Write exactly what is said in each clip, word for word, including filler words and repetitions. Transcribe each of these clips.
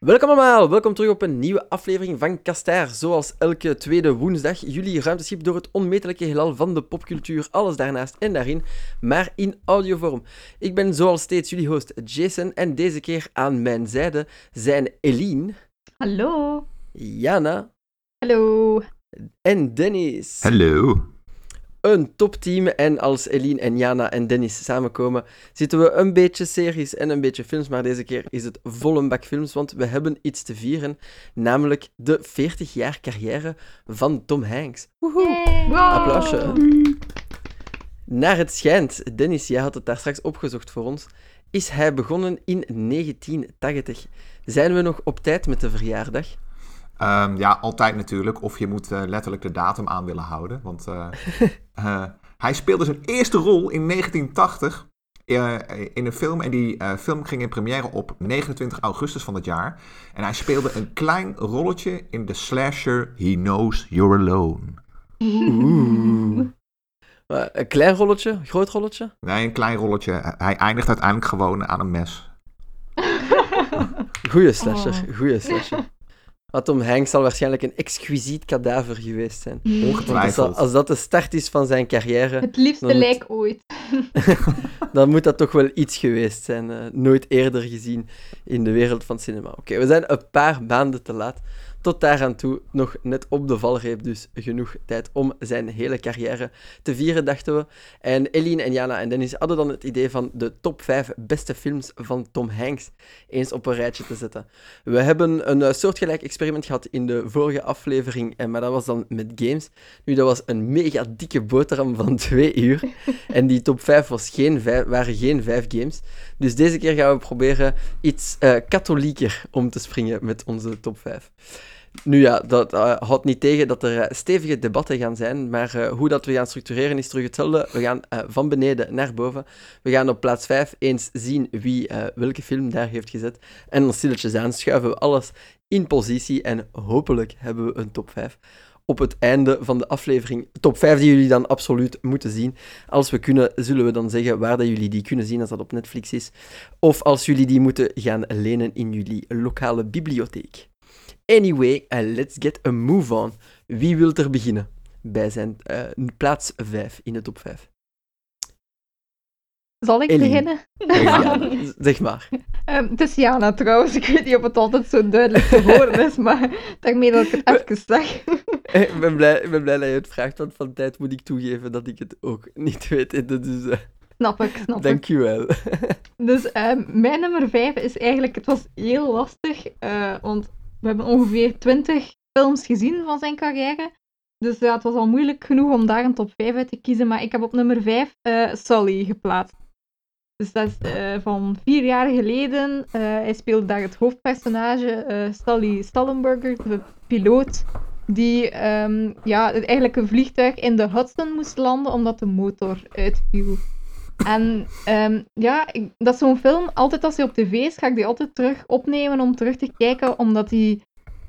Welkom allemaal, welkom terug op een nieuwe aflevering van Kastaar. Zoals elke tweede woensdag, jullie ruimteschip door het onmetelijke heelal van de popcultuur, alles daarnaast en daarin, maar in audiovorm. Ik ben zoals steeds jullie host Jason en deze keer aan mijn zijde zijn Eline. Hallo. Jana. Hallo. En Dennis. Hallo. Een topteam en als Eline en Jana en Dennis samenkomen, zitten we een beetje series en een beetje films, maar deze keer is het vol een bak films, want we hebben iets te vieren, namelijk de veertig jaar carrière van Tom Hanks. Woehoe! Wow. Applausje. Naar het schijnt, Dennis, jij had het daar straks opgezocht voor ons, is hij begonnen in negentien tachtig. Zijn we nog op tijd met de verjaardag? Um, ja, altijd natuurlijk. Of je moet uh, letterlijk de datum aan willen houden. Want uh, uh, hij speelde zijn eerste rol in negentien tachtig uh, in een film. En die uh, film ging in première op negenentwintig augustus van het jaar. En hij speelde een klein rolletje in de slasher He Knows You're Alone. Oeh. Uh, een klein rolletje? Groot rolletje? Nee, een klein rolletje. Hij eindigt uiteindelijk gewoon aan een mes. Goeie slasher, Oh. goeie slasher. Maar Tom Hanks zal waarschijnlijk een exquisiet kadaver geweest zijn. Want als Ongetwijfeld. dat, als dat de start is van zijn carrière, Het liefste Dan moet- lijk ooit. dan moet dat toch wel iets geweest zijn. Uh, nooit eerder gezien in de wereld van cinema. Oké, okay, we zijn een paar maanden te laat. Tot daaraan toe nog net op de valreep, dus genoeg tijd om zijn hele carrière te vieren, dachten we. En Eline en Jana en Dennis hadden dan het idee van de top vijf beste films van Tom Hanks eens op een rijtje te zetten. We hebben een uh, soortgelijk experiment gehad in de vorige aflevering, en, maar dat was dan met games. Nu, dat was een mega dikke boterham van twee uur. En die top vijf, was geen vijf waren geen vijf games. Dus deze keer gaan we proberen iets uh, katholieker om te springen met onze top vijf. Nu ja, dat uh, houdt niet tegen dat er uh, stevige debatten gaan zijn, maar uh, hoe dat we gaan structureren is terug hetzelfde. We gaan uh, van beneden naar boven. We gaan op plaats vijf eens zien wie uh, welke film daar heeft gezet. En dan stilletjes aan schuiven we alles in positie en hopelijk hebben we een top vijf. Op het einde van de aflevering, top vijf die jullie dan absoluut moeten zien. Als we kunnen, zullen we dan zeggen waar dat jullie die kunnen zien als dat op Netflix is. Of als jullie die moeten gaan lenen in jullie lokale bibliotheek. Anyway, uh, let's get a move on. Wie wil er beginnen bij zijn uh, plaats vijf in de top vijf? Zal ik Eline. beginnen? Ja, zeg maar. Um, het is Jana trouwens. Ik weet niet of het altijd zo duidelijk te horen is, maar daarmee dat ik het even zeg. Ik ben blij, ik ben blij dat je het vraagt, want van tijd moet ik toegeven dat ik het ook niet weet. Dus uh, Snap ik, snap ik. dank je wel. Dus um, mijn nummer vijf is eigenlijk... Het was heel lastig, uh, want we hebben ongeveer twintig films gezien van zijn carrière. Dus ja, het was al moeilijk genoeg om daar een top vijf uit te kiezen. Maar ik heb op nummer vijf uh, Sully geplaatst. Dus dat is uh, van vier jaar geleden. Uh, hij speelde daar het hoofdpersonage, uh, Sully Sullenberger, de piloot, die um, ja, eigenlijk een vliegtuig in de Hudson moest landen omdat de motor uitviel. En um, ja, ik, dat is zo'n film, altijd als hij op tv is, ga ik die altijd terug opnemen om terug te kijken, omdat die,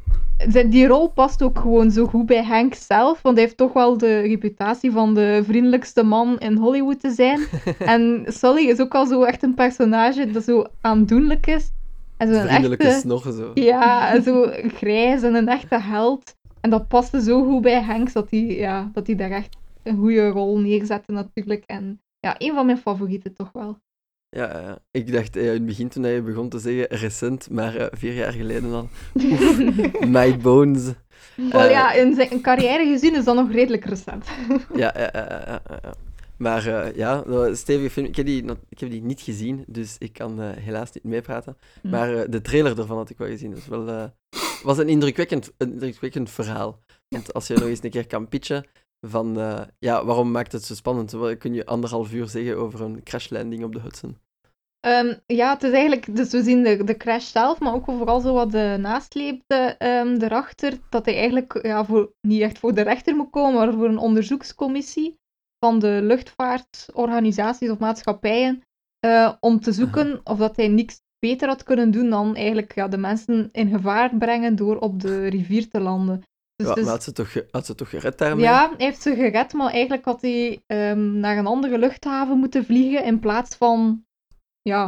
die rol past ook gewoon zo goed bij Hank zelf, want hij heeft toch wel de reputatie van de vriendelijkste man in Hollywood te zijn. En Sully is ook al zo echt een personage dat zo aandoenlijk is. En zo een Vriendelijke echte, snog zo. ja, zo grijs en een echte held. En dat paste zo goed bij Hanks dat hij, ja, dat hij daar echt een goede rol neerzette natuurlijk. En ja, een van mijn favorieten toch wel. Ja, ja, ik dacht uh, in het begin toen je begon te zeggen recent, maar uh, vier jaar geleden al. Oef, my bones. Wel Uh, ja, in zijn carrière gezien is dat nog redelijk recent. Ja, ja, ja, ja, ja, ja. Maar uh, ja, dat was een stevige film. Ik heb, die, nog- ik heb die niet gezien, dus ik kan uh, helaas niet meepraten. Hm. Maar uh, de trailer ervan had ik wel gezien. Dus wel, uh, was een indrukwekkend, een indrukwekkend verhaal. Want als je nog eens een keer kan pitchen van, uh, ja, waarom maakt het zo spannend? Wat kun je anderhalf uur zeggen over een crashlanding op de Hudson? Um, ja, het is eigenlijk, dus we zien de, de crash zelf, maar ook vooral zo wat de nasleepte um, erachter, dat hij eigenlijk ja, voor, niet echt voor de rechter moet komen, maar voor een onderzoekscommissie van de luchtvaartorganisaties of maatschappijen, uh, om te zoeken of dat hij niks beter had kunnen doen dan eigenlijk ja, de mensen in gevaar brengen door op de rivier te landen. Dus, Ja, dus- maar had ze, toch, ge- had ze toch gered daarmee? ja, hij heeft ze gered, maar eigenlijk had hij um, naar een andere luchthaven moeten vliegen in plaats van ja,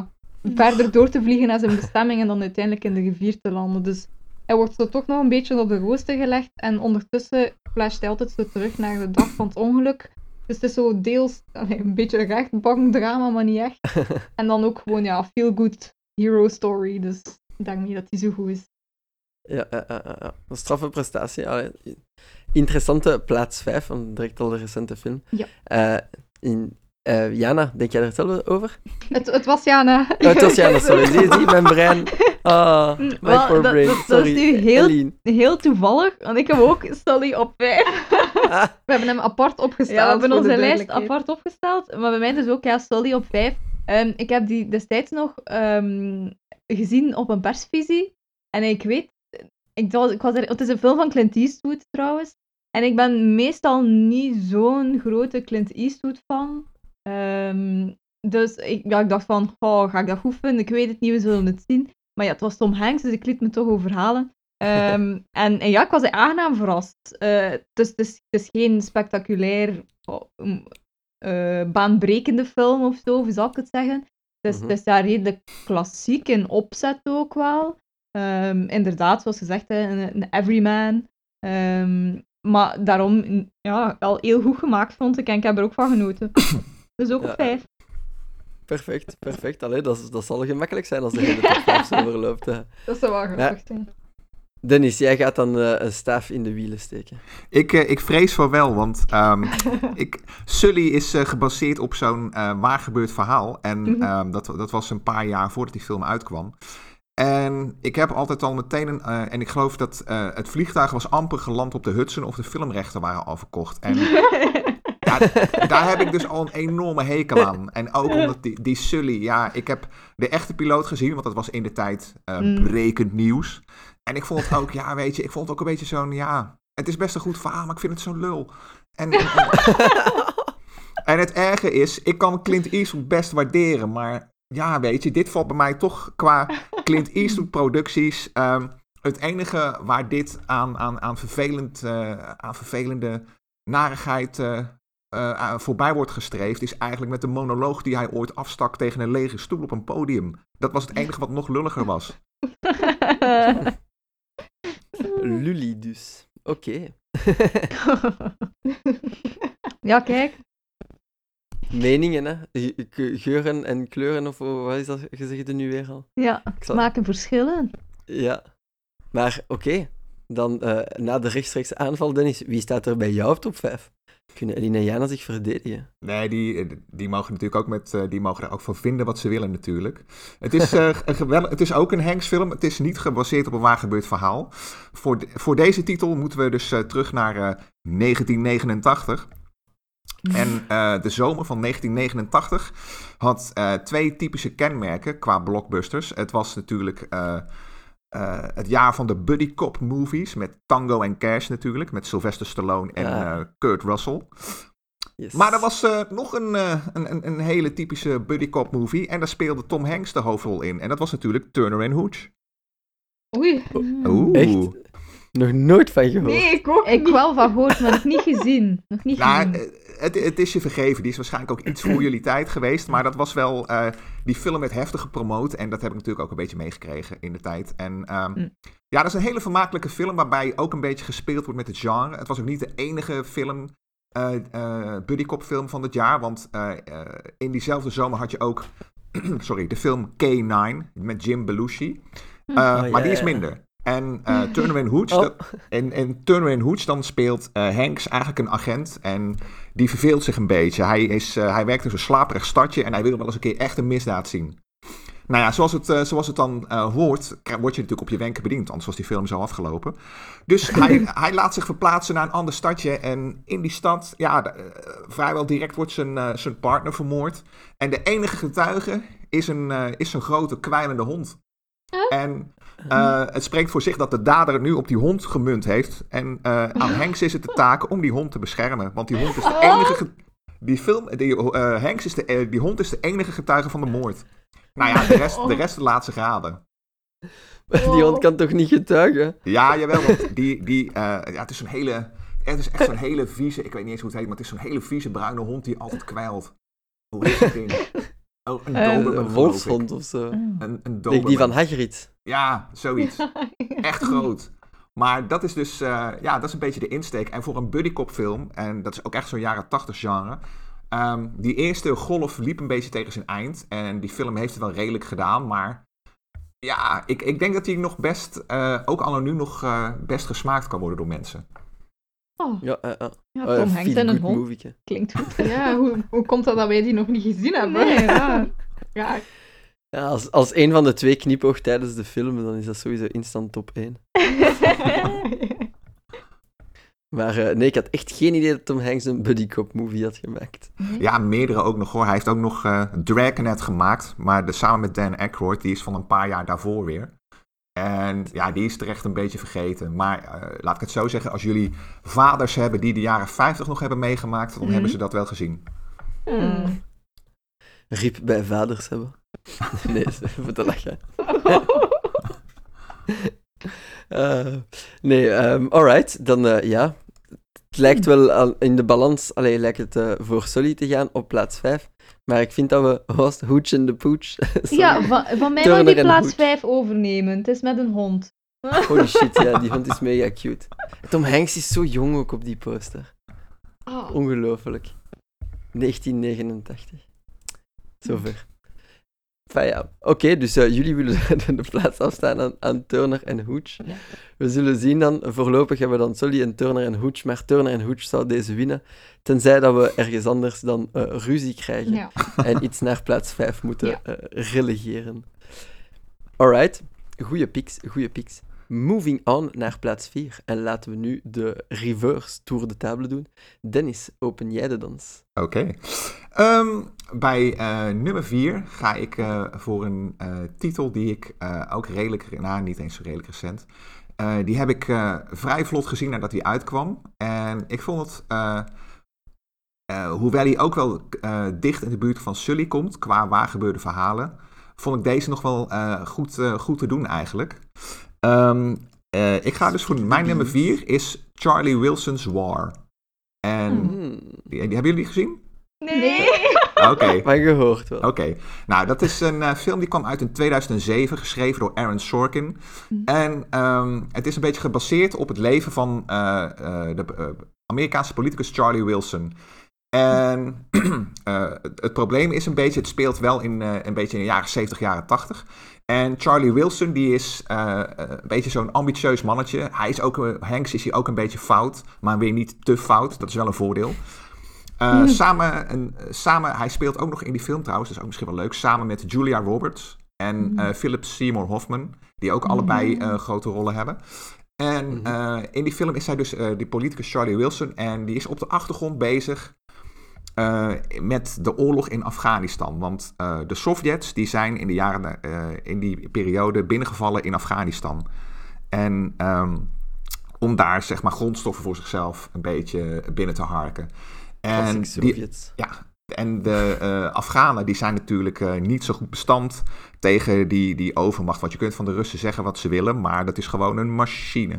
verder door te vliegen naar zijn bestemming en dan uiteindelijk in de rivier te landen. Dus hij wordt zo toch nog een beetje op de rooster gelegd en ondertussen flasht hij altijd zo terug naar de dag van het ongeluk. Dus het is zo deels allee, een beetje rechtbang drama, maar niet echt. En dan ook gewoon, ja, feel good hero story. Dus daarmee dat hij zo goed is. Ja, ja, ja, ja. Een straffe prestatie. Allee, interessante plaats vijf, van direct al de recente film. Ja. Uh, in, uh, Jana, denk jij er hetzelfde over? Het, het was Jana. Oh, het was Jana, sorry. Zie je, mijn brein. Ah, my Wel, poor dat, brain. dat, dat Sorry, is nu heel, Eline. heel toevallig, want ik heb ook Sully op vijf. Ah, We hebben hem apart opgesteld. Ja, we hebben voor de onze lijst duidelijkheid. apart opgesteld, maar bij mij dus ook ja, Sully op vijf. Um, ik heb die destijds nog um, gezien op een persvisie. En ik weet, ik was, ik was er, het is een film van Clint Eastwood trouwens. En ik ben meestal niet zo'n grote Clint Eastwood fan. Um, dus ik, ja, ik dacht van, oh, ga ik dat goed vinden? Ik weet het niet, we zullen het zien. Maar ja, het was Tom Hanks, dus ik liet me toch overhalen. Um, en, en ja, ik was er aangenaam verrast. Uh, dus het is, het is geen spectaculair, oh, uh, baanbrekende film of zo, hoe zal ik het zeggen. Het is, Mhm. het is ja, redelijk klassiek in opzet ook wel. Um, inderdaad, zoals gezegd, hè, een, een everyman. Um, maar daarom ja, al heel goed gemaakt, vond ik. En ik heb er ook van genoten. Dus ook Ja. op vijf. perfect, perfect. Allee, dat, is- dat zal gemakkelijk zijn als de hele top vijf zo verloopt. hè. Dat zou wel grappig zijn. Dennis, jij gaat dan uh, een staaf in de wielen steken. Ik, uh, ik vrees van wel, want um, ik, Sully is uh, gebaseerd op zo'n uh, waargebeurd verhaal. En Mhm. um, dat, dat was een paar jaar voordat die film uitkwam. En ik heb altijd al meteen een... Uh, en ik geloof dat uh, het vliegtuig was amper geland op de Hudson of de filmrechten waren al verkocht. En ja, daar heb ik dus al een enorme hekel aan. En ook omdat die, die Sully... Ja, ik heb de echte piloot gezien, want dat was in de tijd uh, Mm. brekend nieuws. En ik vond het ook, ja, weet je, ik vond het ook een beetje zo'n, ja... Het is best een goed verhaal, maar ik vind het zo lul. En, en, en het erge is, ik kan Clint Eastwood best waarderen, maar... Ja, weet je, dit valt bij mij toch qua Clint Eastwood producties... Um, het enige waar dit aan, aan, aan, vervelend, uh, aan vervelende narigheid uh, uh, voorbij wordt gestreefd... is eigenlijk met de monoloog die hij ooit afstak tegen een lege stoel op een podium. Dat was het enige wat nog lulliger was. Lully dus. Oké. Ja, kijk. Meningen, hè? Ge- ge- Geuren en kleuren, of wat is dat gezegd nu weer al? Ja, Ik zal- maken verschillen. Ja. Maar oké, dan uh, na de rechtstreeks aanval, Dennis, wie staat er bij jou op top vijf? Kunnen Eline en Jana zich verdedigen? Nee, die, die mogen natuurlijk ook met, uh, die mogen er ook van vinden wat ze willen natuurlijk. Het is, uh, een gewel- het is ook een Hanks film. Het is niet gebaseerd op een waargebeurd verhaal. Voor, de, voor deze titel moeten we dus uh, terug naar uh, negentien negenentachtig. En uh, de zomer van negentien negenentachtig had uh, twee typische kenmerken qua blockbusters. Het was natuurlijk uh, uh, het jaar van de buddy cop movies met Tango en Cash natuurlijk, met Sylvester Stallone en Ja. uh, Kurt Russell. Yes. Maar er was uh, nog een, uh, een, een, een hele typische buddy cop movie en daar speelde Tom Hanks de hoofdrol in. En dat was natuurlijk Turner and Hooch. Oei. Oeh. Echt? Nog nooit van gehoord. Nee, ik ook Ik niet. wel van gehoord, maar nog niet gezien. Nog niet Nou, gezien. eh, het, het is je vergeven. Die is waarschijnlijk ook iets voor jullie tijd geweest. Maar dat was wel... Uh, die film werd heftig gepromoot. En dat heb ik natuurlijk ook een beetje meegekregen in de tijd. En um, Mm. ja, dat is een hele vermakelijke film... waarbij ook een beetje gespeeld wordt met het genre. Het was ook niet de enige film... Uh, uh, buddy cop film van het jaar. Want uh, uh, in diezelfde zomer had je ook... sorry, de film K nine met Jim Belushi. Uh, Oh, ja, maar die is ja. minder. En uh, Turner and Hooch... Oh. dat- En, en Turner and Hooch, dan speelt uh, Hanks eigenlijk een agent en die verveelt zich een beetje. Hij, is, uh, hij werkt in zo'n slaperig stadje en hij wil wel eens een keer echt een misdaad zien. Nou ja, zoals het, uh, zoals het dan uh, hoort, word je natuurlijk op je wenken bediend, anders was die film zo afgelopen. Dus hij, hij laat zich verplaatsen naar een ander stadje en in die stad, ja, de, uh, vrijwel direct wordt zijn, uh, zijn partner vermoord. En de enige getuige is een, uh, is een grote kwijlende hond. En uh, het spreekt voor zich dat de dader het nu op die hond gemunt heeft. En uh, aan Hanks is het de taak om die hond te beschermen. Want die hond is de enige... Ge- die, film, die, uh, Hanks is de, uh, die hond is de enige getuige van de moord. Nou ja, de rest, de rest laat zich raden. Die hond kan toch niet getuigen? Ja, jawel, want die... die uh, ja, het is een hele... Het is echt zo'n hele vieze... Ik weet niet eens hoe het heet, maar het is zo'n hele vieze bruine hond die altijd kwijlt. Hoe is het ding? Oh, een Eh, Doberman, Een geloof ik. wolfshond of zo. Een, een Denk Doberman. die van Hagrid. Ja, zoiets. Echt groot. Maar dat is dus, uh, ja, dat is een beetje de insteek. En voor een buddycop film, en dat is ook echt zo'n jaren tachtig genre. Um, die eerste golf liep een beetje tegen zijn eind. En die film heeft het wel redelijk gedaan, maar ja, ik, ik denk dat hij nog best, uh, ook anno nu nog uh, best gesmaakt kan worden door mensen. Oh, Ja, uh, uh. ja, Uh, Tom Hanks en een feel-good hond. movieke. Klinkt goed. Ja, hoe, hoe komt dat dat wij die nog niet gezien hebben? Nee, ja. Ja. Ja, als, als een van de twee knipoogt tijdens de film, dan is dat sowieso instant top één. Maar uh, nee, ik had echt geen idee dat Tom Hanks een buddycop movie had gemaakt. Ja, meerdere ook nog hoor. Hij heeft ook nog uh, Dragnet gemaakt, maar de, samen met Dan Aykroyd, die is van een paar jaar daarvoor weer. En ja, die is terecht een beetje vergeten. Maar uh, laat ik het zo zeggen, als jullie vaders hebben die de jaren vijftig nog hebben meegemaakt, dan Mm-hmm. hebben ze dat wel gezien. Hmm. Riep bij vaders hebben. Nee, voor te lachen. uh, nee, um, alright. Dan uh, ja. Het lijkt wel aan, in de balans, allee, lijkt het uh, voor Sully te gaan op plaats vijf. Maar ik vind dat we, was het Hooch and the Pooch? Ja, van, van mij Turner mag die en plaats Hooch. vijf overnemen. Het is met een hond. Holy shit, ja, die hond is mega cute. Tom Hanks is zo jong ook op die poster. Oh. Ongelooflijk. negentien negenentachtig. Zover. Enfin, ja. Oké, okay, dus uh, jullie willen de plaats afstaan aan, aan Turner en Hooch. Ja. We zullen zien dan, voorlopig hebben we dan Sully en Turner en Hooch, maar Turner en Hooch zou deze winnen, tenzij dat we ergens anders dan uh, ruzie krijgen Ja. en iets naar plaats vijf moeten Ja. uh, relegeren. Alright, goeie picks, goeie picks. Moving on naar plaats vier. En laten we nu de reverse tour de table doen. Dennis, open jij de dans? Oké. Okay. Um, bij uh, nummer vier ga ik uh, voor een uh, titel die ik uh, ook redelijk, nou niet eens zo redelijk recent, uh, die heb ik uh, vrij vlot gezien nadat die uitkwam. En ik vond het, uh, uh, hoewel hij ook wel uh, dicht in de buurt van Sully komt, qua waar gebeurde verhalen, vond ik deze nog wel uh, goed, uh, goed te doen eigenlijk. Um, uh, ik ga dus voor mijn nummer vier is Charlie Wilson's War. En Hmm. die, die, hebben jullie die gezien? Nee. Oké. Okay. Maar gehoord wel. Oké. Okay. Nou, dat is een uh, film die kwam uit in tweeduizend zeven, geschreven door Aaron Sorkin. Mm. En um, het is een beetje gebaseerd op het leven van uh, uh, de uh, Amerikaanse politicus Charlie Wilson. En uh, het, het probleem is een beetje, het speelt wel in uh, een beetje in de jaren zeventig, jaren tachtig. En Charlie Wilson, die is uh, een beetje zo'n ambitieus mannetje. Hij is ook, uh, Hanks is hier ook een beetje fout, maar weer niet te fout. Dat is wel een voordeel. Uh, mm. samen, een, samen, hij speelt ook nog in die film trouwens, dat is ook misschien wel leuk, samen met Julia Roberts en mm. uh, Philip Seymour Hoffman, die ook mm. allebei uh, grote rollen hebben. En mm. uh, in die film is hij dus uh, die politicus Charlie Wilson en die is op de achtergrond bezig Uh, met de oorlog in Afghanistan. Want uh, de Sovjets die zijn in, de jaren, uh, in die periode binnengevallen in Afghanistan. En um, om daar zeg maar grondstoffen voor zichzelf een beetje binnen te harken. En die, Sovjets. Ja, en de uh, Afghanen die zijn natuurlijk uh, niet zo goed bestand tegen die, die overmacht. Want je kunt van de Russen zeggen wat ze willen, maar dat is gewoon een machine.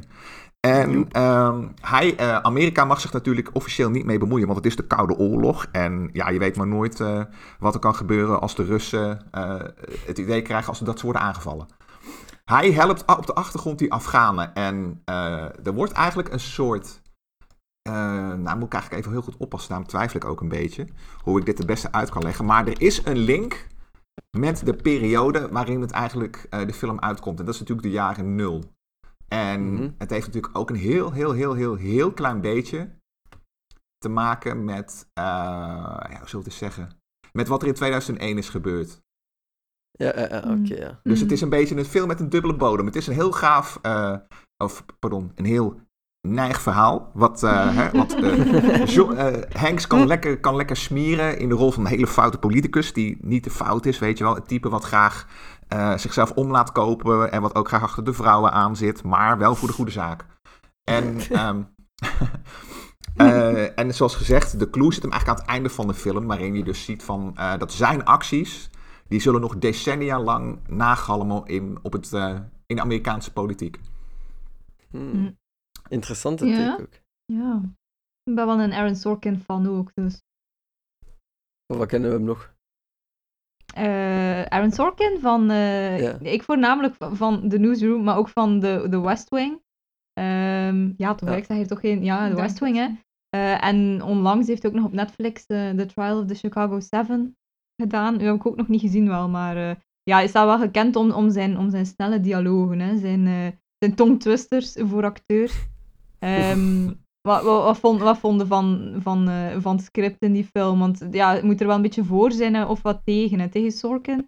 En um, hij, uh, Amerika mag zich natuurlijk officieel niet mee bemoeien, want het is de Koude Oorlog. En ja, je weet maar nooit uh, wat er kan gebeuren als de Russen uh, het idee krijgen als ze dat ze worden aangevallen. Hij helpt op de achtergrond die Afghanen. En uh, er wordt eigenlijk een soort... Uh, nou, moet ik eigenlijk even heel goed oppassen, daarom twijfel ik ook een beetje hoe ik dit het beste uit kan leggen. Maar er is een link met de periode waarin het eigenlijk uh, de film uitkomt. En dat is natuurlijk de jaren nul. En mm-hmm. het heeft natuurlijk ook een heel, heel, heel, heel, heel klein beetje te maken met, uh, ja, hoe zullen we het zeggen, met wat er in tweeduizend één is gebeurd. Ja, uh, uh, oké, okay, ja. Dus het is een beetje een film met een dubbele bodem. Het is een heel gaaf, uh, of pardon, een heel neig verhaal. Wat, uh, hè, wat uh, jo- uh, Hanks kan lekker, kan lekker smieren in de rol van een hele foute politicus, die niet te fout is, weet je wel. Het type wat graag uh, zichzelf om laat kopen en wat ook graag achter de vrouwen aan zit, maar wel voor de goede zaak. En, um, uh, en zoals gezegd, de clue zit hem eigenlijk aan het einde van de film, waarin je dus ziet van, uh, dat zijn acties, die zullen nog decennia lang nagalmen in, op het, uh, in de Amerikaanse politiek. Hmm. Interessante ja. take ook. Ja. Ik ben wel een Aaron Sorkin fan ook, dus. Of wat kennen we hem nog? uh, Aaron Sorkin van... Uh, Ja. Ik voornamelijk van, van The Newsroom, maar ook van The, The West Wing. Um, ja, toch, Ja. ik zeg hier toch geen... Ja, The Ja. West Wing, hè. Uh, en onlangs heeft hij ook nog op Netflix uh, The Trial of the Chicago Seven gedaan. Die heb ik ook nog niet gezien wel, maar... Uh, ja, hij staat wel gekend om, om, zijn, om zijn snelle dialogen, hè. Zijn, uh, zijn tongtwisters voor acteurs. Um, wat, wat, wat, vond, wat vonden van, van, uh, van het script in die film? Want ja, het moet er wel een beetje voor zijn hè, of wat tegen, hè, tegen Sorkin.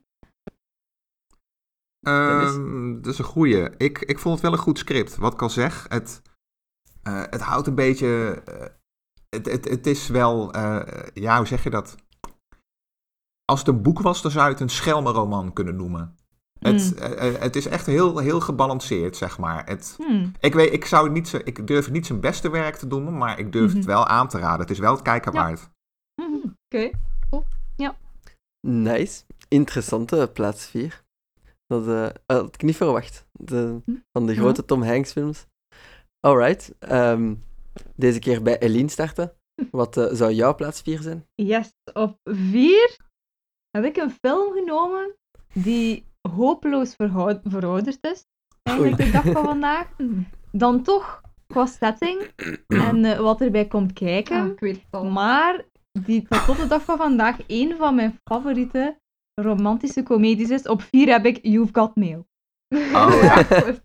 Um, dat is een goeie. Ik, ik vond het wel een goed script. Wat ik al zeg, het, uh, het houdt een beetje... Uh, het, het, het is wel... Uh, ja, hoe zeg je dat? Als het een boek was, dan zou je het een schelmenroman kunnen noemen. Mm. Het, uh, het is echt heel, heel gebalanceerd, zeg maar. Het, hmm. ik, weet, ik, zou niet zo, ik durf niet zijn beste werk te doen, maar ik durf mm-hmm. het wel aan te raden. Het is wel het kijken ja. waard. Mm-hmm. Oké, okay. Cool. Ja. Nice. Interessante plaats vier. Dat uh, had ik niet verwacht. De, van de grote Tom Hanks films. Alright. Um, deze keer bij Eline starten. Wat uh, zou jouw plaats vier zijn? Yes, op vier heb ik een film genomen die hopeloos verhoud- verouderd is. Eigenlijk de dag van vandaag. Dan toch qua setting en uh, wat erbij komt kijken. Ah, ik weet het al. Maar die tot op de dag van vandaag een van mijn favoriete romantische comedies is. Op vier heb ik You've Got Mail. Oh ja.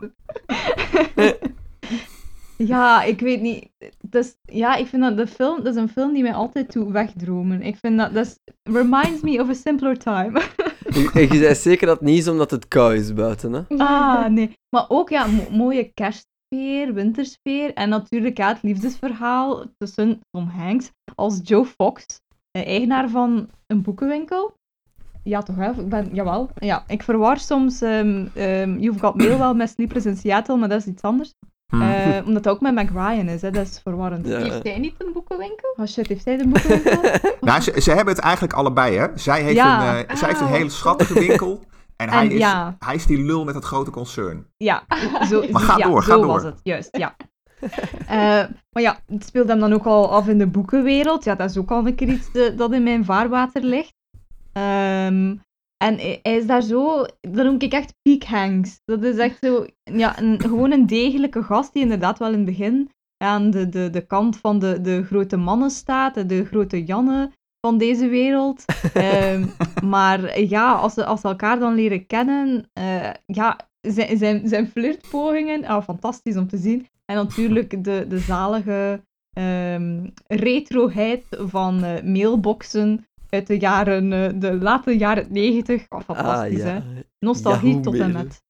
Ja, ik weet niet. Dus, ja, ik vind dat de film, dat is een film die mij altijd doet wegdromen. Ik vind dat, dat is, reminds me of a simpler time. En je zei zeker dat het niet is omdat het koud is buiten, hè? Ah, nee. Maar ook, ja, mo- mooie kerstsfeer, wintersfeer. En natuurlijk, ja, het liefdesverhaal tussen Tom Hanks als Joe Fox, eigenaar van een boekenwinkel. Ja, toch wel? Ik ben, jawel. Ja, ik verwar soms um, um, You've Got Mail wel met Sleepless in Seattle, maar dat is iets anders. Hmm. Uh, omdat dat ook met Mac Ryan is, hè. Dat is verwarrend. Ja. Heeft jij niet een boekenwinkel? Oh shit, heeft zij de boekenwinkel? Nou, ze, ze hebben het eigenlijk allebei, hè. Zij heeft, Ja. een, uh, zij heeft een Ah, hele schattige winkel. En hij, En, is, ja. hij is die lul met het grote concern. Ja, zo, Maar ga ja, door, ga zo door. was het, juist, ja. Uh, maar ja, het speelt hem dan ook al af in de boekenwereld. Ja, dat is ook al een keer iets uh, dat in mijn vaarwater ligt. Um, en hij is daar zo, dat noem ik echt peak Hanks. Dat is echt zo, ja, een, gewoon een degelijke gast die inderdaad wel in het begin aan de, de, de kant van de, de grote mannen staat, de grote Janne van deze wereld. Um, maar ja, als ze, als ze elkaar dan leren kennen, uh, ja, zijn, zijn, zijn flirtpogingen, oh, fantastisch om te zien. En natuurlijk de, de zalige um, retroheid van uh, mailboxen uit de jaren, uh, de late jaren negentig. Oh, fantastisch, ah, ja. hè? Nostalgie Yahoo tot en Mail. met.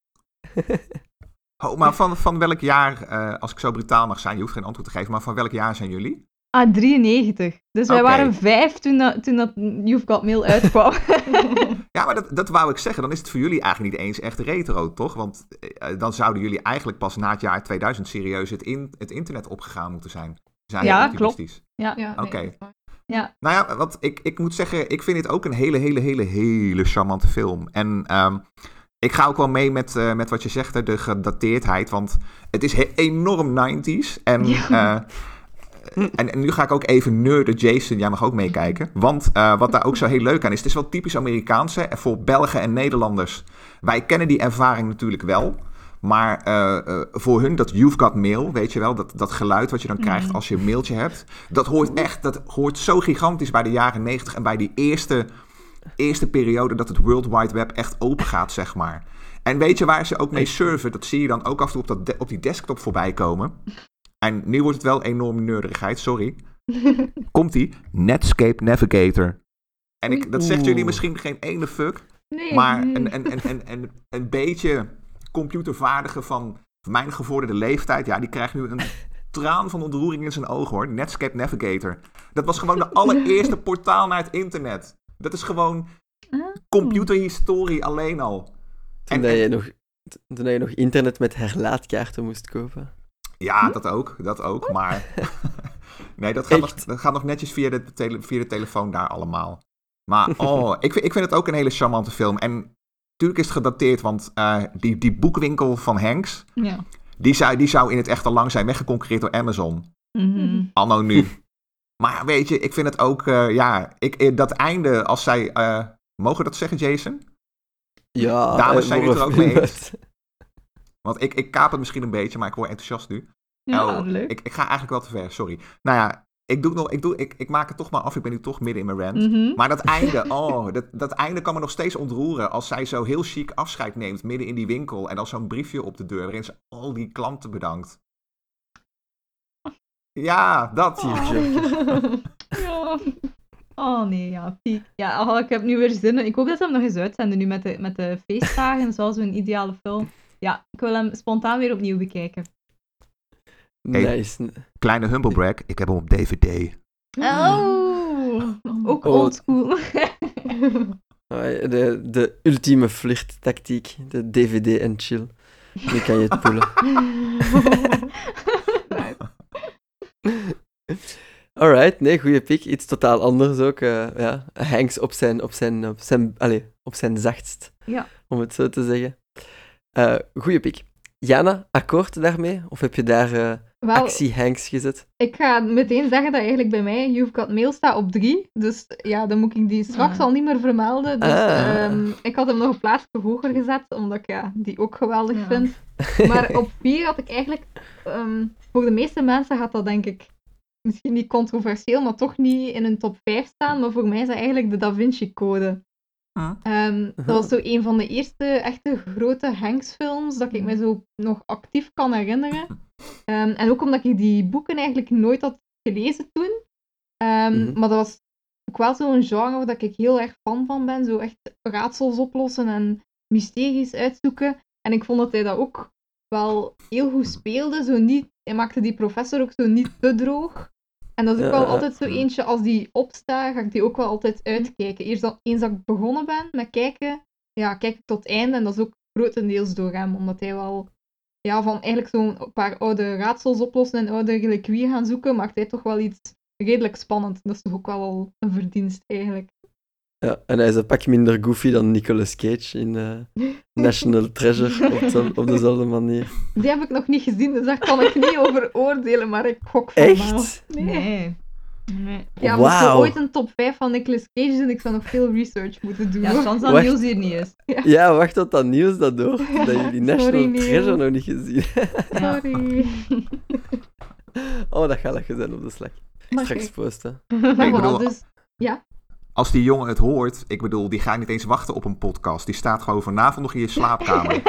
Oh, maar van, van welk jaar, uh, als ik zo brutaal mag zijn, je hoeft geen antwoord te geven, maar van welk jaar zijn jullie? Ah, drieëntennegentig. Dus wij Oké. waren vijf toen dat, toen dat You've Got Mail uitkwam. Ja, maar dat, dat wou ik zeggen. Dan is het voor jullie eigenlijk niet eens echt retro, toch? Want uh, dan zouden jullie eigenlijk pas na het jaar tweeduizend serieus het, in, het internet opgegaan moeten zijn. Zijn Ja, jullie optimistisch? Ja. Ja, nee, Oké. dat is waar. Ja. Nou ja, wat ik, ik moet zeggen, ik vind dit ook een hele, hele, hele, hele charmante film. En um, ik ga ook wel mee met, uh, met wat je zegt, hè, de gedateerdheid. Want het is he- enorm negentig. En, Ja. uh, en, en nu ga ik ook even nerden. Jason, jij mag ook meekijken. Want uh, wat daar ook zo heel leuk aan is, het is wel typisch Amerikaans. Hè, voor Belgen en Nederlanders. Wij kennen die ervaring natuurlijk wel. Maar uh, uh, voor hun, dat You've Got Mail, weet je wel, dat, dat geluid wat je dan krijgt Mm. als je een mailtje hebt, dat hoort echt, dat hoort zo gigantisch bij de jaren negentig en bij die eerste, eerste periode dat het World Wide Web echt open gaat, zeg maar. En weet je waar ze ook mee surfen? Dat zie je dan ook af en toe op, dat de, op die desktop voorbij komen. En nu wordt het wel enorm nerdigheid, sorry. Komt-ie? Netscape Navigator. En ik, dat zegt jullie misschien geen ene fuck, Nee. maar een, een, een, een, een, een beetje computervaardige van mijn gevorderde leeftijd, ja, die krijgt nu een traan van ontroering in zijn ogen, hoor. Netscape Navigator. Dat was gewoon de allereerste portaal naar het internet. Dat is gewoon computerhistorie alleen al. Toen, En- dat je en- nog, toen dat je nog internet met herlaatkaarten moest kopen. Ja, dat ook, dat ook, maar nee, dat gaat, nog, Echt? dat gaat nog netjes via de, tele, via de telefoon daar allemaal. Maar oh, ik, vind, ik vind het ook een hele charmante film. En natuurlijk is het gedateerd, want uh, die, die boekwinkel van Hanks, Ja. die zou, die zou in het echt al lang zijn weggeconcurreerd door Amazon. Mhm. Anno nu. Maar weet je, ik vind het ook, uh, ja, ik, dat einde als zij uh, Mogen we dat zeggen, Jason? Ja, Dames, eh, zijn voor jullie het een er ook mee film eens? Want ik, ik kaap het misschien een beetje, maar ik word enthousiast nu. Ja, Oh, leuk. Ik, ik ga eigenlijk wel te ver, sorry. Nou ja, ik, doe nog, ik, doe, ik, ik maak het toch maar af. Ik ben nu toch midden in mijn rant. Mhm. Maar dat einde, oh, dat, dat einde kan me nog steeds ontroeren. Als zij zo heel chic afscheid neemt midden in die winkel. En dan zo'n briefje op de deur waarin ze al die klanten bedankt. Ja, dat. Tearjerker. Ja. Oh nee, ja, piek. Ja, oh, ik heb nu weer zin in. Ik hoop dat ze hem nog eens uitzenden nu met de, met de feestdagen, zoals een ideale film. Ja, ik wil hem spontaan weer opnieuw bekijken. Hey. Nice. Kleine humblebrag, ik heb hem op D V D. Oh, ook Oh. oldschool. Ah, De, de ultieme flirttactiek. De D V D en chill. Nu kan je het poelen. Alright, nee, goede pick. Iets totaal anders ook. Uh, ja. Hanks op zijn, op zijn, op zijn, allez, op zijn zachtst. Ja. Om het zo te zeggen. Uh, goeie pick. Jana, akkoord daarmee? Of heb je daar uh, Wel, actie Hanks gezet? ik ga meteen zeggen dat eigenlijk bij mij You've Got Mail staat op drie. Dus ja, dan moet ik die straks Ah. al niet meer vermelden. Dus Ah. ehm, ik had hem nog een plaatsje hoger gezet, omdat ik ja, die ook geweldig Ja. vind. Maar op vier had ik eigenlijk... ehm, voor de meeste mensen gaat dat denk ik misschien niet controversieel, maar toch niet in een top vijf staan. Maar voor mij is dat eigenlijk de Da Vinci Code. Huh? Ehm, dat was zo een van de eerste echte grote Hanks-films dat ik me zo nog actief kan herinneren. Ehm, en ook omdat ik die boeken eigenlijk nooit had gelezen toen. Ehm, Mhm. Maar dat was ook wel zo'n genre waar ik heel erg fan van ben. Zo echt raadsels oplossen en mysteries uitzoeken. En ik vond dat hij dat ook wel heel goed speelde. Zo niet, hij maakte die professor ook zo niet te droog. En dat is ook Ja, wel ja. altijd zo eentje, als die opstaat, ga ik die ook wel altijd uitkijken. Eerst dat, eens dat ik begonnen ben met kijken, ja, kijk ik tot het einde. En dat is ook grotendeels door hem, omdat hij wel ja, van eigenlijk zo'n paar oude raadsels oplossen en oude reliquieën gaan zoeken, maakt hij toch wel iets redelijk spannend. Dat is toch ook wel al een verdienst, eigenlijk. Ja, en hij is een pak minder goofy dan Nicolas Cage in uh, National Treasure, op, zo- op dezelfde manier. Die heb ik nog niet gezien, dus daar kan ik niet over oordelen, maar ik gok van wel. Echt? Nee. Nee. nee. Ja, moest Wauw. er ooit een top vijf van Nicolas Cage doen, ik zou nog veel research moeten doen. Ja, chance dat Wacht. Niels hier niet is. Ja, wacht tot dat nieuws dat door, dat jullie National Sorry, Neil. Treasure nog niet gezien hebben. Ja. Sorry. Oh, dat gaat lachen zijn op de Slack. Maar Straks kijk. posten. Maar Ik voilà, bedoel- dus Als die jongen het hoort, ik bedoel, die gaat niet eens wachten op een podcast. Die staat gewoon vanavond nog in je slaapkamer.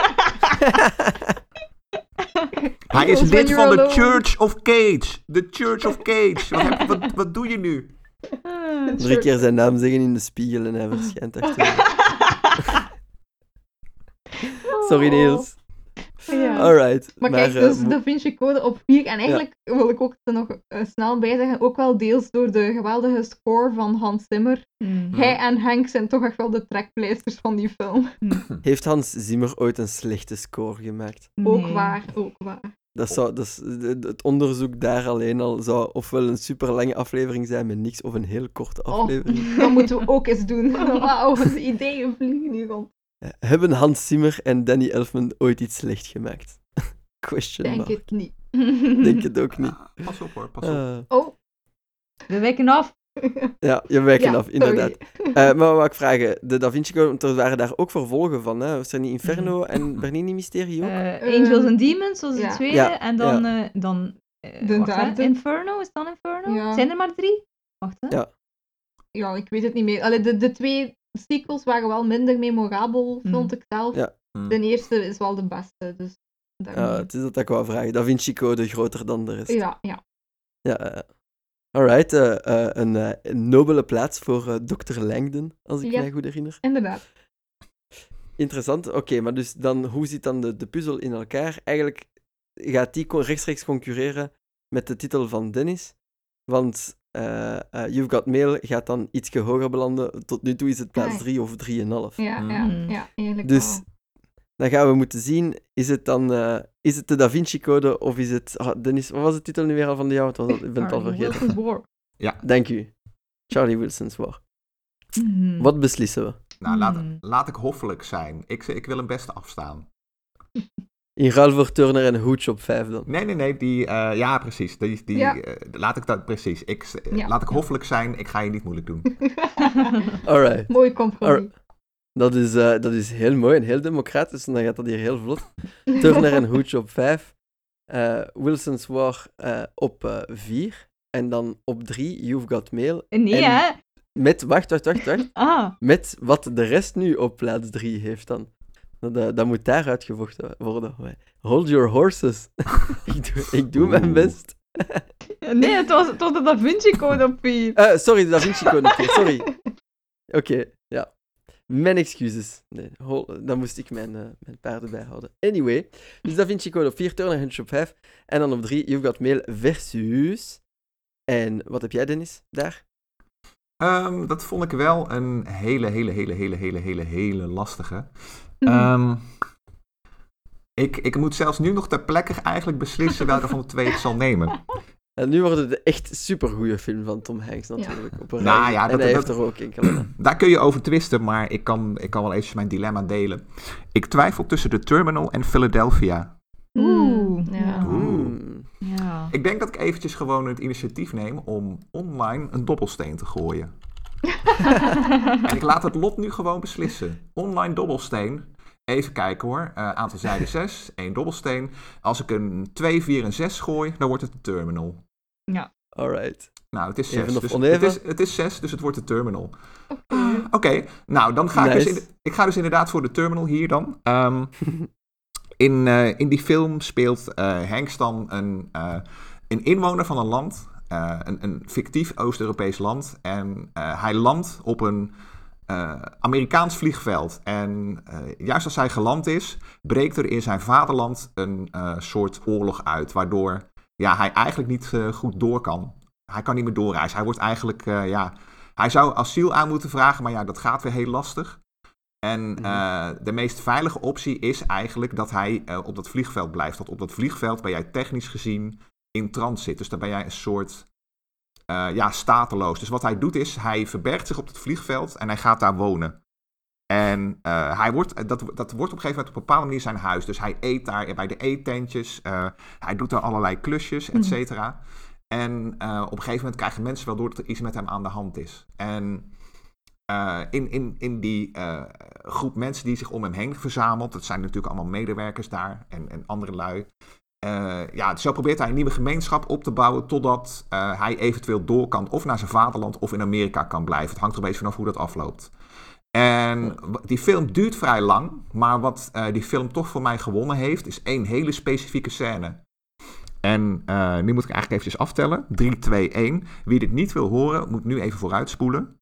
Hij is When lid you're van de alone. Church of Cage. De Church of Cage. Wat, heb- wat, wat doe je nu? Drie keer zijn naam zeggen in de spiegel en hij verschijnt achter je. Sorry, Niels. Ja. Alright. Maar kijk, eh, dus mo- Da Vinci Code op vier. En eigenlijk wil ik ook er nog eh, snel bij zeggen, ook wel deels door de geweldige score van Hans Zimmer. Mm. Hij en Hank zijn toch echt wel de trekpleisters van die film. Heeft Hans Zimmer ooit een slechte score gemaakt? Ook Nee. waar, ook waar. Dat zou, dat is, het onderzoek daar alleen al zou ofwel een super lange aflevering zijn met niks, of een heel korte aflevering. Oh, dat moeten we ook eens doen. Wauw, de ideeën vliegen nu rond. Hebben Hans Zimmer en Danny Elfman ooit iets slecht gemaakt? Question Denk mark. het niet. Denk het ook niet. Ah, pas op hoor, pas op. Ah, Oh, We wijken af. ja, je wijken ja, af, inderdaad. sorry. Eh, maar wat ik vragen, de Da Vinci Code, want er waren daar ook vervolgen van, hè? Was er niet Inferno en Bernini Mysterie ook? Eh, Ehm, Angels and Demons was de ja. tweede. Ja, En dan, eh, dan eh, De wacht, hè. derde. Inferno, is dan Inferno? Ja. Zijn er maar drie? Wacht, hè. Ja. Ja, ik weet het niet meer. Allee, de, de twee sequels waren wel minder memorabel, vond Mm. ik zelf. Ja. Hmm. De eerste is wel de beste, dus daarmee. Ja, het is dat ik wou vragen. Da Vinci Code groter dan de rest. ja, ja. Ja, eh, alright. eh, eh, een, eh, een nobele plaats voor eh, dokter Langdon, als ik Ja. mij goed herinner. Inderdaad. Interessant. Oké, maar dus dan, hoe zit dan de, de puzzel in elkaar? Eigenlijk gaat die con- rechtstreeks concurreren met de titel van Dennis. Want eh, eh, You've Got Mail gaat dan iets hoger belanden. Tot nu toe is het plaats Ah. drie of drieënhalf. Ja, Mm. ja, Mm. ja, eigenlijk Dus wel. dan gaan we moeten zien, is het dan eh, is het de Da Vinci Code of is het... ah, Dennis, wat was de titel nu weer al van jou? Het was al- Ik ben het al Charlie vergeten. Wilson's War. Dank u. Charlie Wilson's War. Mhm. Wat beslissen we? Nou, laat, Hmm. laat ik hoffelijk zijn. Ik, ik wil hem best afstaan. In ruil voor Turner en Hooch op vijf dan. Nee, nee, nee. Die, eh, ja, precies. Die, die, Ja. eh, laat ik dat precies. Ik, eh, Ja. Laat ik hoffelijk zijn. Ik ga je niet moeilijk doen. Alright. Mooi compromis. Dat is, uh, dat is heel mooi en heel democratisch. En dan gaat dat hier heel vlot. Turner en Hooch op vijf. Uh, Wilson's War uh, op vier. Uh, en dan op drie, You've Got Mail. Nee, en hè? Met, wacht, wacht, wacht, wacht. Ah. Met wat de rest nu op plaats drie heeft dan. Dat, dat moet daar uitgevochten worden. Hold your horses. ik doe, ik doe mijn best. Nee, het was, het was de Da Vinci Code op vier. Uh, sorry, de Da Vinci Code op vier, sorry. Oké, okay, ja. Mijn excuses. Nee, hol, dan moest ik mijn, uh, mijn paarden bijhouden. Anyway, dus Da Vinci Code op vier, Turner Hooch op vijf. En dan op drie, You've Got Mail versus... En wat heb jij, Dennis, daar? Um, dat vond ik wel een hele, hele, hele, hele, hele, hele, hele lastige. Um, ik, ik moet zelfs nu nog ter plekke eigenlijk beslissen welke van de twee ik zal nemen. En nu wordt het een echt supergoeie film van Tom Hanks natuurlijk. Ja. Op een nou, ja, en dat, hij dat, heeft er ook enkele. Daar kun je over twisten, maar ik kan, ik kan wel eventjes mijn dilemma delen. Ik twijfel tussen The Terminal en Philadelphia. Oeh. Ja. Oeh. Ja. Ik denk dat ik eventjes gewoon het initiatief neem om online een dobbelsteen te gooien. En ik laat het lot nu gewoon beslissen. Online dobbelsteen. Even kijken hoor. Uh, aantal zijden zes. één dobbelsteen. Als ik een twee, vier en zes gooi, dan wordt het de Terminal. Ja. Alright. Nou, het is Even zes. of Dus oneven? het, is, het is zes, dus het wordt de Terminal. Oké. Uh, Oké. Okay. Nou, dan ga nice. ik, dus in, ik ga dus inderdaad voor de Terminal hier dan. Um, in, uh, in die film speelt uh, Hanks dan een, uh, een inwoner van een land. Uh, een, een fictief Oost-Europees land. En uh, hij landt op een uh, Amerikaans vliegveld. En uh, juist als hij geland is, breekt er in zijn vaderland een uh, soort oorlog uit. Waardoor ja, hij eigenlijk niet uh, goed door kan. Hij kan niet meer doorreizen. Hij wordt eigenlijk, uh, ja... Hij zou asiel aan moeten vragen, maar ja, dat gaat weer heel lastig. En uh, de meest veilige optie is eigenlijk dat hij uh, op dat vliegveld blijft. Want op dat vliegveld ben jij technisch gezien in transit. Dus dan ben jij een soort uh, ja, stateloos. Dus wat hij doet is, hij verbergt zich op het vliegveld en hij gaat daar wonen. En uh, hij wordt, dat, dat wordt op een gegeven moment op een bepaalde manier zijn huis. Dus hij eet daar bij de eettentjes. Uh, hij doet daar allerlei klusjes, et cetera. Mm. En uh, op een gegeven moment krijgen mensen wel door dat er iets met hem aan de hand is. En uh, in, in, in die uh, groep mensen die zich om hem heen verzamelt, dat zijn natuurlijk allemaal medewerkers daar en, en andere lui. Uh, ja, zo probeert hij een nieuwe gemeenschap op te bouwen totdat uh, hij eventueel door kan of naar zijn vaderland of in Amerika kan blijven. Het hangt er een beetje vanaf hoe dat afloopt. En die film duurt vrij lang, maar wat uh, die film toch voor mij gewonnen heeft, is één hele specifieke scène. En uh, nu moet ik eigenlijk eventjes aftellen. drie, twee, één. Wie dit niet wil horen, moet nu even vooruitspoelen.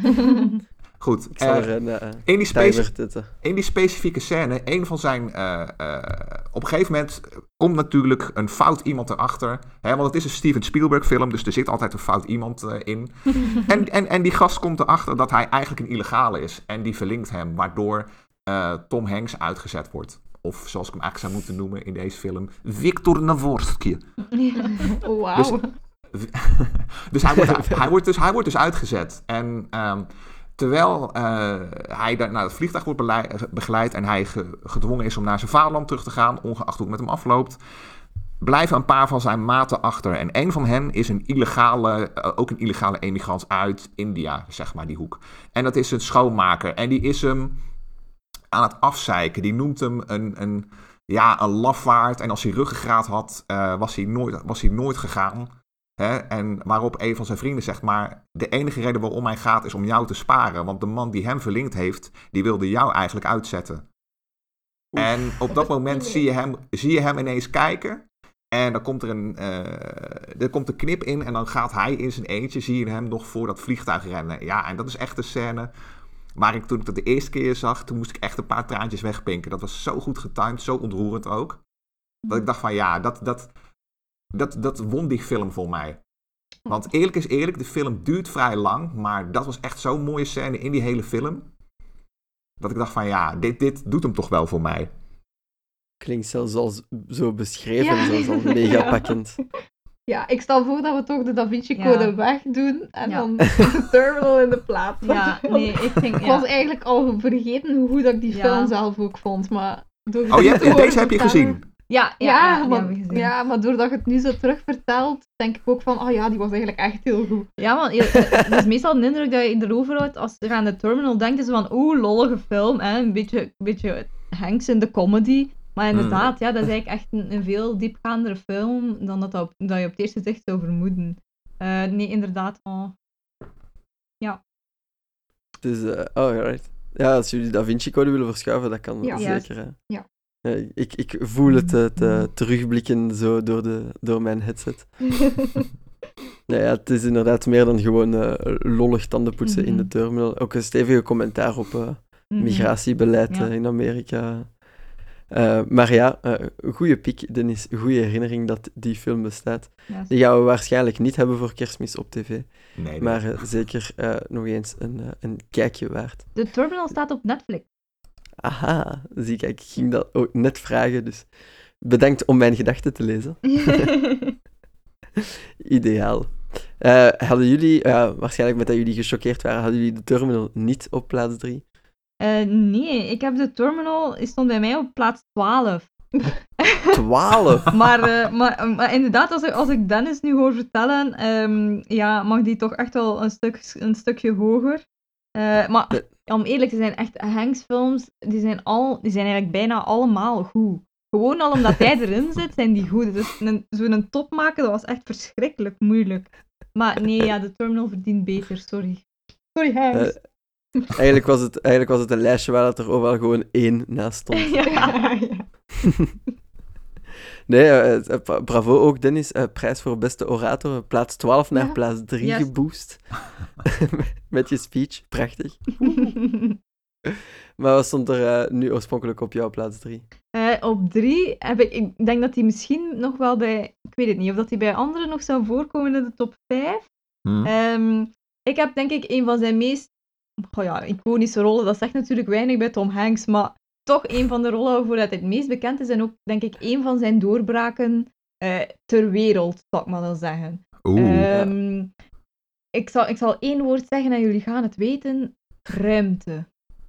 Goed. Ik zal uh, er een uh, in, die speci- zitten. in die specifieke scène, een van zijn... Uh, uh, op een gegeven moment komt natuurlijk een fout iemand erachter. Hè, want het is een Steven Spielberg film, dus er zit altijd een fout iemand uh, in. en, en, en die gast komt erachter dat hij eigenlijk een illegale is. En die verlinkt hem, waardoor uh, Tom Hanks uitgezet wordt. Of zoals ik hem eigenlijk zou moeten noemen in deze film, Victor Navorski. Oh, wauw. Dus, dus, hij, wordt, hij, wordt dus hij wordt dus uitgezet. En um, terwijl uh, hij naar het vliegtuig wordt beleid, begeleid en hij ge, gedwongen is om naar zijn vaderland terug te gaan, ongeacht hoe het met hem afloopt, blijven een paar van zijn maten achter. En een van hen is een illegale, uh, ook een illegale emigrant uit India, zeg maar, die hoek. En dat is een schoonmaker. En die is hem aan het afzeiken. Die noemt hem een, een, ja, een lafaard. En als hij ruggengraat had, uh, was, hij nooit, was hij nooit gegaan. Hè? En waarop een van zijn vrienden zegt, maar de enige reden waarom hij gaat is om jou te sparen. Want de man die hem verlinkt heeft, die wilde jou eigenlijk uitzetten. Oef. En op dat moment zie je hem, zie je hem ineens kijken. En dan komt er een, uh, er komt een knip in en dan gaat hij in zijn eentje, zie je hem nog voor dat vliegtuig rennen. Ja, en dat is echt een scène waar ik toen ik dat de eerste keer zag, toen moest ik echt een paar traantjes wegpinken. Dat was zo goed getimed, zo ontroerend ook. Dat ik dacht van ja, dat, dat, dat, dat won die film voor mij. Want eerlijk is eerlijk, de film duurt vrij lang, maar dat was echt zo'n mooie scène in die hele film. Dat ik dacht van ja, dit, dit doet hem toch wel voor mij. Klinkt zelfs als zo beschreven, Ja. zoals al mega Ja. pakkend. Ja, ik stel voor dat we toch de Da Vinci Code Ja. wegdoen en Ja. dan de Terminal in de plaats. Ja, nee, ik denk... Ik Ja. was eigenlijk al vergeten hoe goed ik die Ja. film zelf ook vond, maar... door Oh, je hebt, dit te deze heb je horen gezien? vertellen- Ja, ja, Ja, ja, die maar, hebben we gezien. ja, maar doordat je het nu zo terugvertelt, denk ik ook van, oh ja, die was eigenlijk echt heel goed. Ja, man, je, het is meestal de indruk dat je erover houdt als je aan de Terminal denkt, is van, oeh, lollige film, hè? Een beetje, een beetje Hanks in de comedy. Maar inderdaad, ja, dat is eigenlijk echt een, een veel diepgaandere film dan dat, dat, op, dat je op het eerste zicht zou vermoeden. Uh, nee, inderdaad. Oh. Ja. Dus, uh, oh, right. Ja, als jullie Da Vinci Code willen verschuiven, dat kan Ja. zeker. Hè. Ja. Ja, ik, ik voel het uh, te terugblikken zo door, de, door mijn headset. Ja, ja, het is inderdaad meer dan gewoon uh, lollig tandenpoetsen mm-hmm. in de terminal. Ook een stevige commentaar op uh, mm-hmm. migratiebeleid ja. uh, in Amerika. Uh, maar ja, uh, een goede piek, Dennis. Een goede herinnering dat die film bestaat. Ja, die gaan we waarschijnlijk niet hebben voor Kerstmis op tv. Nee, nee. Maar uh, zeker uh, nog eens een, uh, een kijkje waard. De Terminal staat op Netflix. Aha, zie ik, ik ging dat ook net vragen, dus bedankt om mijn gedachten te lezen. Ideaal. Uh, hadden jullie, uh, waarschijnlijk met dat jullie gechoqueerd waren, hadden jullie de Terminal niet op plaats drie? Uh, nee, ik heb de Terminal, die stond bij mij op plaats twaalf. twaalf? maar, uh, maar, maar inderdaad, als ik, als ik Dennis nu hoor vertellen, um, ja, mag die toch echt wel een, stuk, een stukje hoger. Uh, maar de... om eerlijk te zijn, echt Hanks-films, die zijn, al, die zijn eigenlijk bijna allemaal goed. Gewoon al omdat hij erin zit, zijn die goed. Dus een, zo'n top maken, dat was echt verschrikkelijk moeilijk. Maar nee, ja, de Terminal verdient beter, sorry. Sorry, Hanks. Uh... Eigenlijk was, het, eigenlijk was het een lijstje waar dat er overal gewoon één naast stond. Ja, ja. Nee, uh, bravo ook, Dennis. Uh, prijs voor beste orator. Plaats twaalf naar ja. plaats drie yes. geboost. Met je speech. Prachtig. Maar wat stond er uh, nu oorspronkelijk op jouw plaats drie? Uh, op drie heb ik... Ik denk dat die misschien nog wel bij... Ik weet het niet, of dat die bij anderen nog zou voorkomen in de top vijf. Hmm. Um, ik heb denk ik een van zijn meest Oh ja, iconische rollen, dat zegt natuurlijk weinig bij Tom Hanks, maar toch een van de rollen waarvoor hij het meest bekend is en ook, denk ik, een van zijn doorbraken uh, ter wereld, zal ik maar dan zeggen. Um, ik, zal, ik zal één woord zeggen en jullie gaan het weten. Ruimte.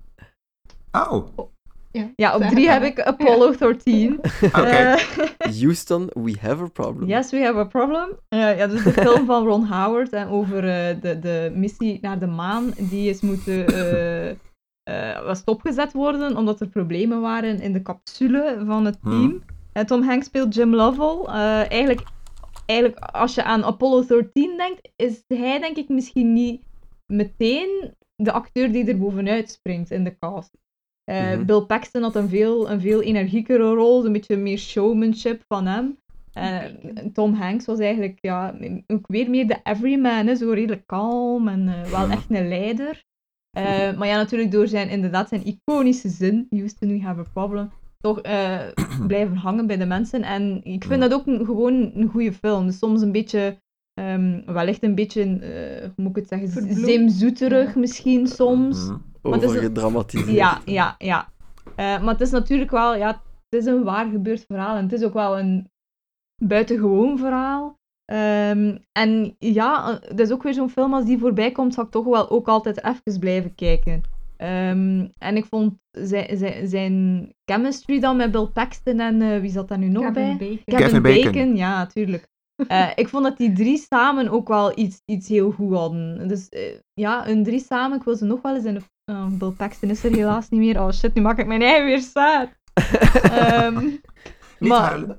Oh. Ja, ja op drie heb ik Apollo dertien. Okay. Uh, Houston, we have a problem. Yes, we have a problem. Uh, ja, dus de film van Ron Howard hè, over uh, de, de missie naar de maan. Die is moeten uh, uh, was stopgezet worden omdat er problemen waren in de capsule van het team. Hmm. Uh, Tom Hanks speelt Jim Lovell. Uh, eigenlijk, eigenlijk, als je aan Apollo dertien denkt, is hij denk ik misschien niet meteen de acteur die er bovenuit springt in de cast. Uh, mm-hmm. Bill Paxton had een veel, een veel energiekere rol, een beetje meer showmanship van hem. Uh, Tom Hanks was eigenlijk ja, ook weer meer de everyman, hè, zo redelijk kalm en uh, wel echt een leider. Uh, maar ja, natuurlijk door zijn, inderdaad zijn iconische zin, Houston, we have a problem, toch uh, blijven hangen bij de mensen. En ik vind dat ook een, gewoon een goede film. Dus soms een beetje, um, wellicht een beetje, uh, hoe moet ik het zeggen, zeemzoeterig misschien soms. Overgedramatiseerd. Ja, ja, ja. Uh, maar het is natuurlijk wel, ja, het is een waar gebeurd verhaal en het is ook wel een buitengewoon verhaal. Um, en ja, het is ook weer zo'n film als die voorbij komt, zal ik toch wel ook altijd even blijven kijken. Um, en ik vond zijn, zijn, zijn chemistry dan met Bill Paxton en uh, wie zat daar nu nog Kevin bij? Bacon. Kevin, Kevin Bacon. Bacon, ja, natuurlijk. Uh, ik vond dat die drie samen ook wel iets, iets heel goed hadden. Dus uh, ja, een drie samen, ik wil ze nog wel eens in de... Oh, Bill Paxton is er helaas niet meer. Oh shit, nu maak ik mijn eigen weer sad. um, niet maar... huilen.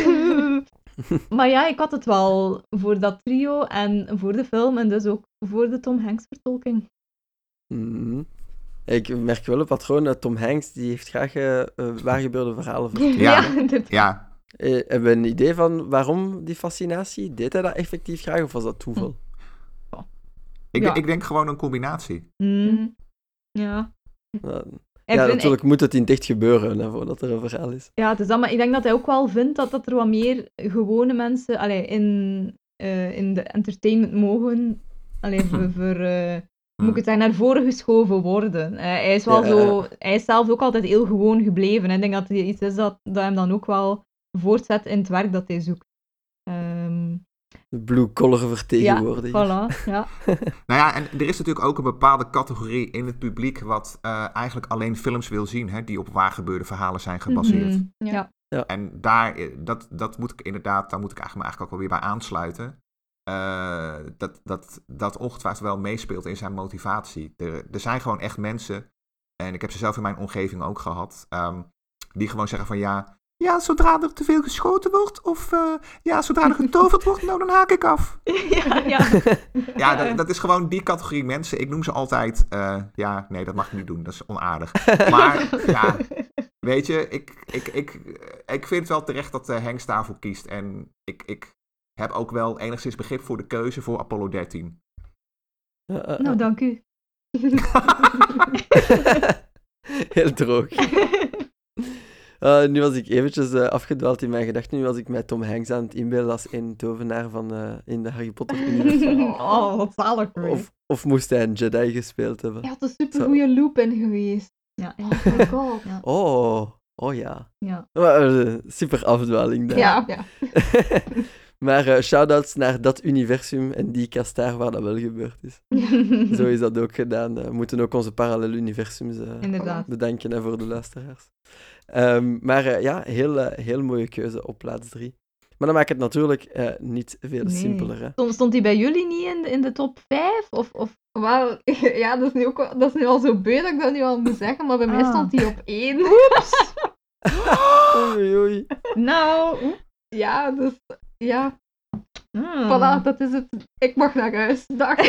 Maar ja, ik had het wel voor dat trio en voor de film en dus ook voor de Tom Hanks vertolking. Mm-hmm. Ik merk wel een patroon dat Tom Hanks, die heeft graag uh, waargebeurde verhalen verteld. Ja, ja, inderdaad. Ja. Uh, hebben we een idee van waarom die fascinatie? Deed hij dat effectief graag of was dat toeval? Hm. Ik, ja. ik denk gewoon een combinatie. Mm. Ja. Uh, ja, vind, natuurlijk ik... moet het in dicht gebeuren hè, voordat er een verhaal is. Ja, het is dat, maar ik denk dat hij ook wel vindt dat, dat er wat meer gewone mensen allee, in, uh, in de entertainment mogen allee, voor, voor uh, moet ik het zeggen, naar voren geschoven worden. Uh, hij is wel ja, zo, hij is zelf ook altijd heel gewoon gebleven. Ik denk dat het iets is dat, dat hem dan ook wel voortzet in het werk dat hij zoekt. Um... De blue-collar vertegenwoordiger. Ja, voilà, ja. Nou ja, en er is natuurlijk ook een bepaalde categorie in het publiek wat uh, eigenlijk alleen films wil zien, hè, die op waargebeurde verhalen zijn gebaseerd. Mm-hmm. Ja. Ja. En daar, dat, dat moet ik inderdaad, daar moet ik eigenlijk, eigenlijk ook wel weer bij aansluiten. Uh, dat, dat, dat ongetwijfeld wel meespeelt in zijn motivatie. Er, er zijn gewoon echt mensen, en ik heb ze zelf in mijn omgeving ook gehad, um, die gewoon zeggen van ja, ja, zodra er te veel geschoten wordt, of uh, ja, zodra er getoverd wordt, nou dan haak ik af. Ja, ja. ja dat, dat is gewoon die categorie mensen. Ik noem ze altijd, uh, ja, nee, dat mag ik niet doen, dat is onaardig. Maar ja, weet je, ik, ik, ik, ik vind wel terecht dat uh, Hanks daarvoor kiest. En ik, ik heb ook wel enigszins begrip voor de keuze voor Apollo dertien. Uh, uh, nou, dank u. Heel droog. Uh, nu was ik eventjes uh, afgedwaald in mijn gedachten. Nu was ik met Tom Hanks aan het inbeelden als een tovenaar van, uh, in de Harry Potter-universum. Oh, wat zalig. Of, of moest hij een Jedi gespeeld hebben? Hij had een supergoeie loop in geweest. Ja. Oh my god. Ja. Oh, oh ja. Ja. Uh, super afdwaling daar. Ja, ja. Maar uh, shout-outs naar dat universum en die kastaar waar dat wel gebeurd is. Zo is dat ook gedaan. Uh, we moeten ook onze parallele universums uh, Inderdaad. bedanken hè, voor de luisteraars. Um, maar uh, ja, heel, uh, heel mooie keuze op plaats drie. Maar dan maakt het natuurlijk uh, niet veel Nee. simpeler. Hè? Stond, stond die bij jullie niet in de, in de top vijf? Of, of... Wel, ja, dat is, nu ook, wel- dat is nu al zo beu dat ik dat nu al moet zeggen, maar bij mij Ah. stond die op één. Oei, oei. Nou... Ja, dus ja, Hmm. voilà, dat is het. Ik mag naar huis. Dag.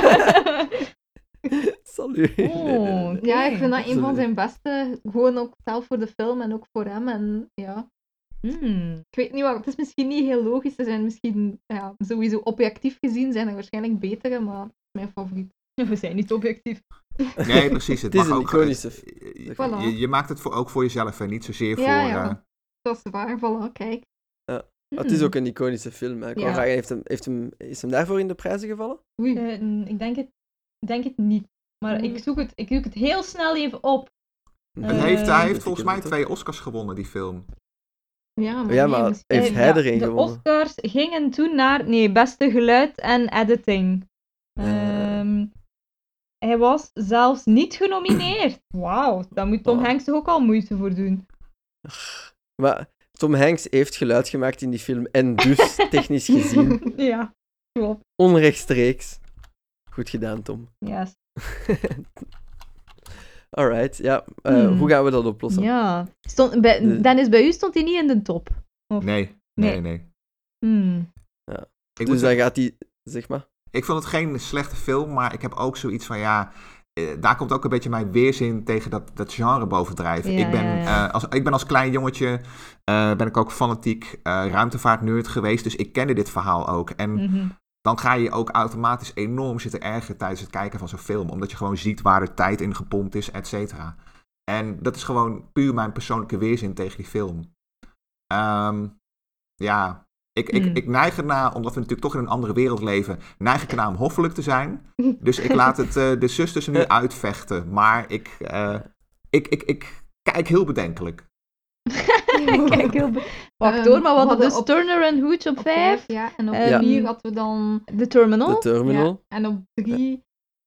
Salut. Nee, nee, nee. Oh, Ja, ik vind dat Oké. een van zijn beste. Gewoon ook zelf voor de film en ook voor hem. En ja, Hmm. ik weet niet wat. Het is misschien niet heel logisch. Er zijn misschien, ja, sowieso objectief gezien zijn er waarschijnlijk betere, maar het is mijn favoriet. We zijn niet objectief. Nee, precies. Het, Het is mag een ook, iconische je, Voilà. je, je maakt het voor, ook voor jezelf en niet zozeer Ja, voor... ja. Uh, Dat is waar, voilà, kijk. Oh, het is ook een iconische film. Hè. Ik wou Ja. vragen, heeft hem, heeft hem, is hem daarvoor in de prijzen gevallen? Oei. Eh, n- ik denk het, ik denk het niet. Maar Nee. ik, zoek het, ik zoek het heel snel even op. het Eh, heeft, hij weet heeft ik volgens het mij niet, twee Oscars gewonnen, die film. Ja, maar, Ja, nee, maar misschien- heeft Eh, hij ja, erin de gewonnen? Oscars gingen toen naar... Nee, beste geluid en editing. Eh. Ehm, hij was zelfs niet genomineerd. Wauw, daar moet Tom Oh. Hanks toch ook al moeite voor doen. Maar Tom Hanks heeft geluid gemaakt in die film en dus, technisch gezien, Ja, klopt. onrechtstreeks. Goed gedaan, Tom. Yes. Alright, ja. Uh, Hmm. Hoe gaan we dat oplossen? Ja. Stond, bij, De- Dennis, bij u stond hij niet in de top. Of- Nee, nee, Nee. nee. Hmm. Ik, Dus moet dan zeggen, gaat hij... Zeg maar. ik vond het geen slechte film, maar ik heb ook zoiets van ja... eh, Daar komt ook een beetje mijn weerzin tegen dat, dat genre bovendrijven. Ja, ik, ben, ja, ja. eh, als, ik ben als klein jongetje, eh, ben ik ook fanatiek uh, ruimtevaartnerd geweest. Dus ik kende dit verhaal ook. En Mhm. dan ga je ook automatisch enorm zitten ergeren tijdens het kijken van zo'n film. Omdat je gewoon ziet waar de tijd in gepompt is, et cetera. En dat is gewoon puur mijn persoonlijke weerzin tegen die film. Ehm, ja, ik, ik, Hmm. ik neig ernaar, omdat we natuurlijk toch in een andere wereld leven, neig ik ernaar om hoffelijk te zijn. Dus ik laat het uh, de zusters er nu uitvechten. Maar ik, uh, ik, ik, ik kijk heel bedenkelijk. Kijk, heel be- Wacht Ehm, hoor, maar we hadden we dus hadden op- Turner en Hooch op Op vijf. ja. En op Ehm, vier hadden we dan... De Terminal. De Terminal. Ja, en op drie...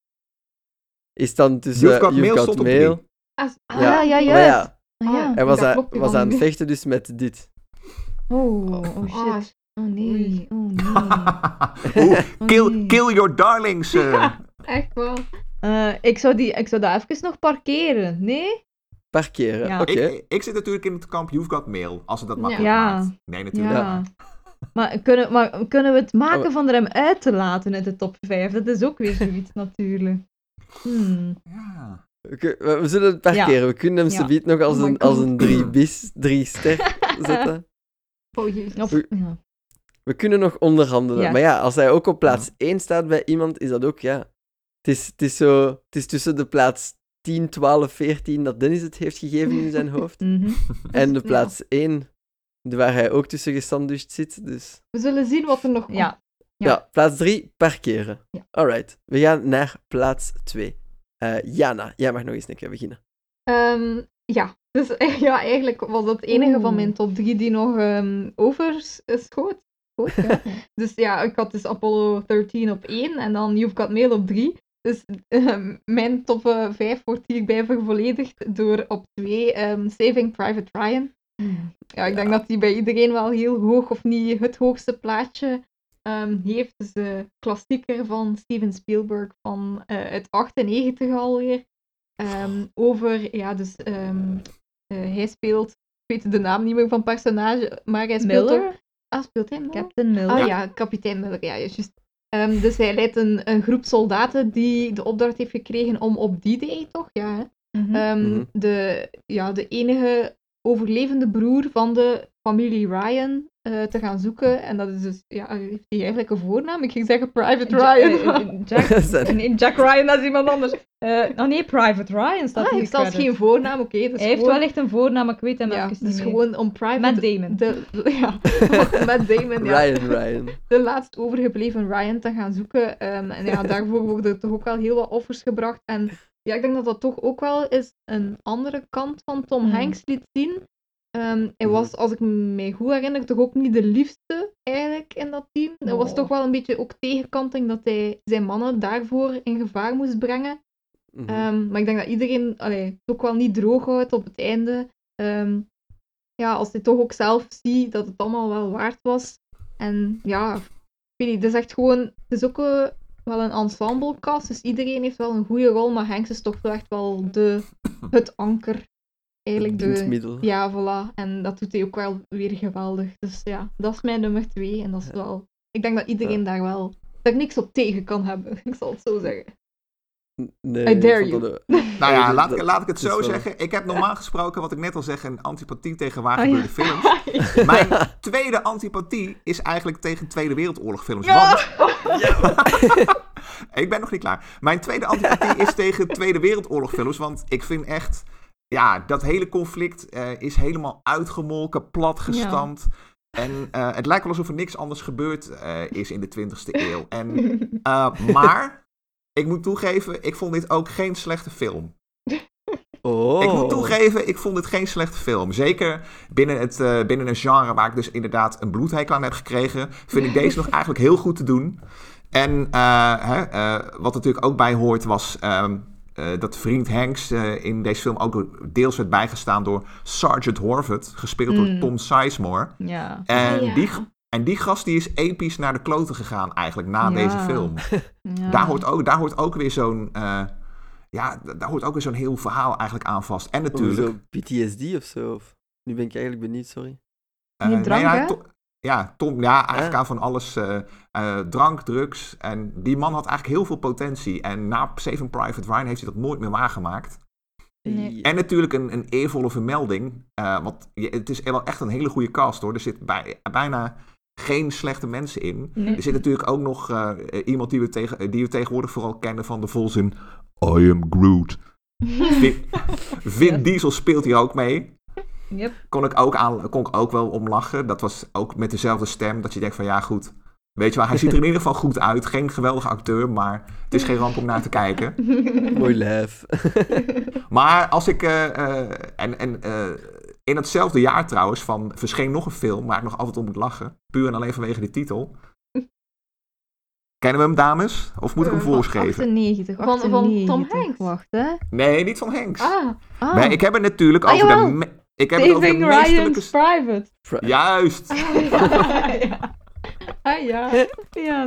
Is dan tussen You've Got uh, Mail You've stond Got op Mail. drie. Ah, Ah, Ja. ja, Maar juist. ja, Ah, ja. hij was, dat aan, klopte was dan aan het niet. vechten dus met dit. Oh, oh Ah, shit. Oh nee, oh nee. Oeh, Oh, kill, nee. kill your darlings. uh. echt wel. Eh, ik, zou die, ik zou dat even nog parkeren, nee? Parkeren, Ja. oké. ik, ik zit natuurlijk in het kamp You've Got Mail, als het dat makkelijk Ja. maakt. Nee, natuurlijk. Ja. Maar kunnen, maar kunnen we het maken Oh. van er hem uit te laten in de top vijf? Dat is ook weer zoiets natuurlijk. Hmm. Ja. Oké, we, we zullen het parkeren. We kunnen hem Ja. subiet nog als Oh my een, als God. een drie bis, drie ster zetten. Oh jezus. Of, Oei. ja. We kunnen nog onderhandelen. Ja. Maar ja, als hij ook op plaats één staat bij iemand, is dat ook, ja... Het is, het is zo... Het is tussen de plaats tien, twaalf, veertien dat Dennis het heeft gegeven in zijn hoofd. Mhm. En de Ja. plaats één, waar hij ook tussen gesandwiched zit. Dus We zullen zien wat er nog komt. Ja. ja, Ja. plaats drie, parkeren. Ja. Alright, we gaan naar plaats twee. Uh, Jana, jij mag nog eens een keer beginnen. Ehm, ja, dus eh, ja, eigenlijk was dat het enige Oeh. van mijn top drie die nog ehm overschoot. Schoot, ja. Dus ja, ik had dus Apollo dertien op één en dan You've Got Mail op drie. Dus ehm, mijn top vijf wordt hierbij vervolledigd door op twee ehm, Saving Private Ryan. Ja, ik denk dat die bij iedereen wel heel hoog, of niet het hoogste plaatje um, heeft. Dus de klassieker van Steven Spielberg van uh, uit achtennegentig alweer. Um, over, ja, dus um, uh, hij speelt, ik weet de naam niet meer van personage, maar hij speelt Miller? ook... Ah, speelt hij Miller? Captain Miller. Ah ja, kapitein Miller, ja, juist. Um, dus hij leidt een, een groep soldaten die de opdracht heeft gekregen om op D-Day, toch? Ja, hè? Mhm. Um, Mhm. de, ja, de enige overlevende broer van de familie Ryan uh, te gaan zoeken. En dat is dus, ja, heeft hij eigenlijk een voornaam? Ik ging zeggen Private Ja- Ryan. eh, eh, Jack, Zijn- nee, Jack Ryan, dat is iemand anders. Eh oh nee, Private Ryan staat Ah, hier. heeft zelfs credits. geen voornaam, oké. dat is Hij heeft gewoon- wel echt een voornaam, maar ik weet hem ja, even dus niet meer. gewoon om Private... Matt Damon. De, ja, Matt Damon, ja. Ryan, Ryan. De laatst overgebleven Ryan te gaan zoeken. Um, en ja, daarvoor worden toch ook wel heel wat offers gebracht. En ja, ik denk dat dat toch ook wel eens een andere kant van Tom Hmm. Hanks liet zien. Um, hij Mhm. was, als ik me goed herinner, toch ook niet de liefste eigenlijk in dat team. Er was Oh. toch wel een beetje ook tegenkanting dat hij zijn mannen daarvoor in gevaar moest brengen. Mhm. Um, maar ik denk dat iedereen allee, het ook wel niet droog houdt op het einde. Um, ja, als hij toch ook zelf ziet dat het allemaal wel waard was. En ja, ik weet niet, het is echt gewoon... Het is ook uh, wel een ensemblekast, dus iedereen heeft wel een goede rol, maar Hanks is toch wel echt wel de, het anker. Eigenlijk de... Bindsmiddel. Ja, voilà. En dat doet hij ook wel weer geweldig. Dus ja, dat is mijn nummer twee. En dat is wel... Ik denk dat iedereen daar wel... daar niks op tegen kan hebben. Ik zal het zo zeggen. Nee, I dare ik vond you. dat- Nou ja, dat- laat, ik- dat- laat ik het dat is zo wel- zeggen. Ik heb normaal gesproken, wat ik net al zeg, een antipathie tegen waar Ah, gebeurde ja. films. Mijn tweede antipathie is eigenlijk tegen Tweede Wereldoorlog films. Ja! Want... ik ben nog niet klaar. Mijn tweede antipathie is tegen Tweede Wereldoorlog films. Want ik vind echt... Ja, dat hele conflict eh, is helemaal uitgemolken, platgestampt. En eh, het lijkt wel alsof er niks anders gebeurd eh, is in de twintigste eeuw. En, eh, maar, ik moet toegeven, ik vond dit ook geen slechte film. Oh. Ik moet toegeven, ik vond dit geen slechte film. Zeker binnen, het, uh, binnen een genre waar ik dus inderdaad een bloedhekel aan heb gekregen, vind ik deze nog eigenlijk heel goed te doen. En uh, hè, uh, wat natuurlijk ook bij hoort was um, uh, dat vriend Hanks uh, in deze film ook deels werd bijgestaan door Sergeant Horvath, gespeeld Mm. door Tom Sizemore. Ja. En, Ah, ja. die, en die gast die is episch naar de kloten gegaan eigenlijk na Ja. deze film. Ja. Daar, hoort ook, daar hoort ook weer zo'n... Uh, ja, daar hoort ook weer zo'n heel verhaal eigenlijk aan vast. En natuurlijk... Zo P T S D of zo? Of... Nu ben ik eigenlijk benieuwd, sorry. Uh, Niet drank, ja, hè? to- ja, Tom, ja, eigenlijk Ah. aan van alles. Uh, uh, drank, drugs. En die man had eigenlijk heel veel potentie. En na Saving Private Ryan heeft hij dat nooit meer waargemaakt. Nee. Hey. En natuurlijk een, een eervolle vermelding. Uh, want je, het is wel echt een hele goede cast, hoor. Er zit bij, bijna geen slechte mensen in. Nee. Er zit natuurlijk ook nog uh, iemand die we, tegen, die we tegenwoordig vooral kennen van de volzin I am Groot. Vin, Vin Yes. Diesel speelt hier ook mee. Yep. Kon ik, ook aan, kon ik ook wel om lachen. Dat was ook met dezelfde stem. Dat je denkt van ja goed. Weet je wel, hij ziet er in ieder geval goed uit. Geen geweldige acteur, maar het is geen ramp om naar te kijken. Mooi lijf. Maar als ik... Uh, uh, en en uh, in hetzelfde jaar trouwens van verscheen nog een film waar ik nog altijd om moet lachen. Puur en alleen vanwege de titel. Kennen we hem, dames? Of moet ik hem Uh, voorschrijven? achtennegentig, Van- van Tom achtennegentig. Hanks? Wacht, hè. Nee, niet van Hanks. Ah, Ah, Nee, ik heb het natuurlijk Ah, over jawel. de... Me- ik heb het over de Saving meesterlijke... Ryan's Private. Pri- Juist. ja. ah ja. Ja.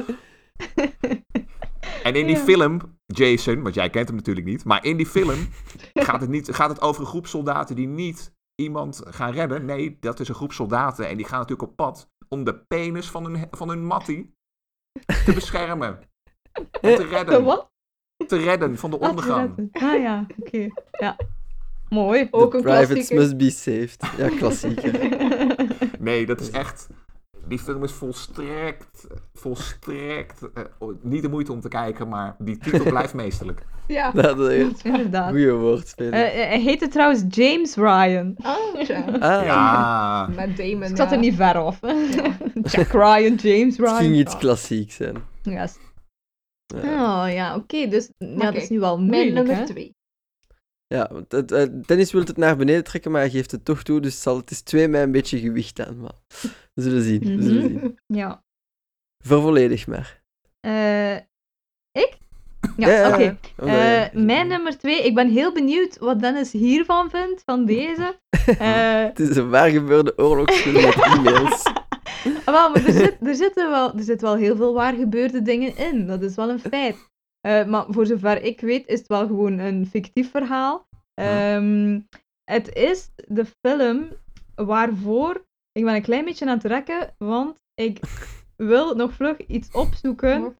En in die Ja. film, Jason, want jij kent hem natuurlijk niet, maar in die film gaat het, niet, gaat het over een groep soldaten die niet iemand gaan redden. Nee, dat is een groep soldaten en die gaan natuurlijk op pad om de penis van hun, van hun mattie te beschermen. En te redden. De wat? Te redden van de ondergang. Ah ja, oké. Ja. Mooi. The Ook een privates klassieker. must be saved. Ja, klassieker. Nee, dat is echt... Die film is volstrekt, volstrekt... Uh, niet de moeite om te kijken, maar die titel blijft meesterlijk. Ja. Dat is Inderdaad. goede woordspeling. Uh, hij heette trouwens James Ryan. Ah, ja. ah, Ja. Met Damon, Ik zat ja. er niet ver af. Jack Ryan, James het Ryan. ging iets Ja. klassiek zijn. Yes. Ja. Oh ja, oké. Dus ja, dat kijk, is nu wel Mijn moeilijk, nummer hè? twee. Ja, want het, uh, Dennis wil het naar beneden trekken, maar hij geeft het toch toe, dus zal, het is twee mij een beetje gewicht aan. Maar we zullen zien, we zullen Mhm. zien. Ja. Vervolledig maar. Uh, ik? Ja, Ja, ja, ja. oké. Omdat je- Eh, mijn nummer twee, ik ben heel benieuwd wat Dennis hiervan vindt, van deze. Eh, Het is een waar gebeurde oorlogsfilm met e-mails. Ah, wel, maar er, zit, er, zitten wel, er zitten wel heel veel waar gebeurde dingen in. Dat is wel een feit. Eh, maar voor zover ik weet, is het wel gewoon een fictief verhaal. Ehm, het is de film waarvoor... Ik ben een klein beetje aan het rekken, want ik wil nog vlug iets opzoeken.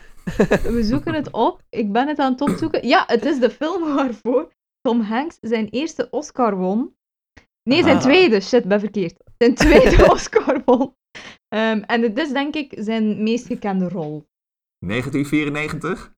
We zoeken het op. Ik ben het aan het opzoeken. Ja, het is de film waarvoor Tom Hanks zijn eerste Oscar won. Nee, zijn Ah. tweede. Shit, ben verkeerd. Zijn tweede Oscar won. Ehm, en het is denk ik zijn meest gekende rol. negentien vierennegentig?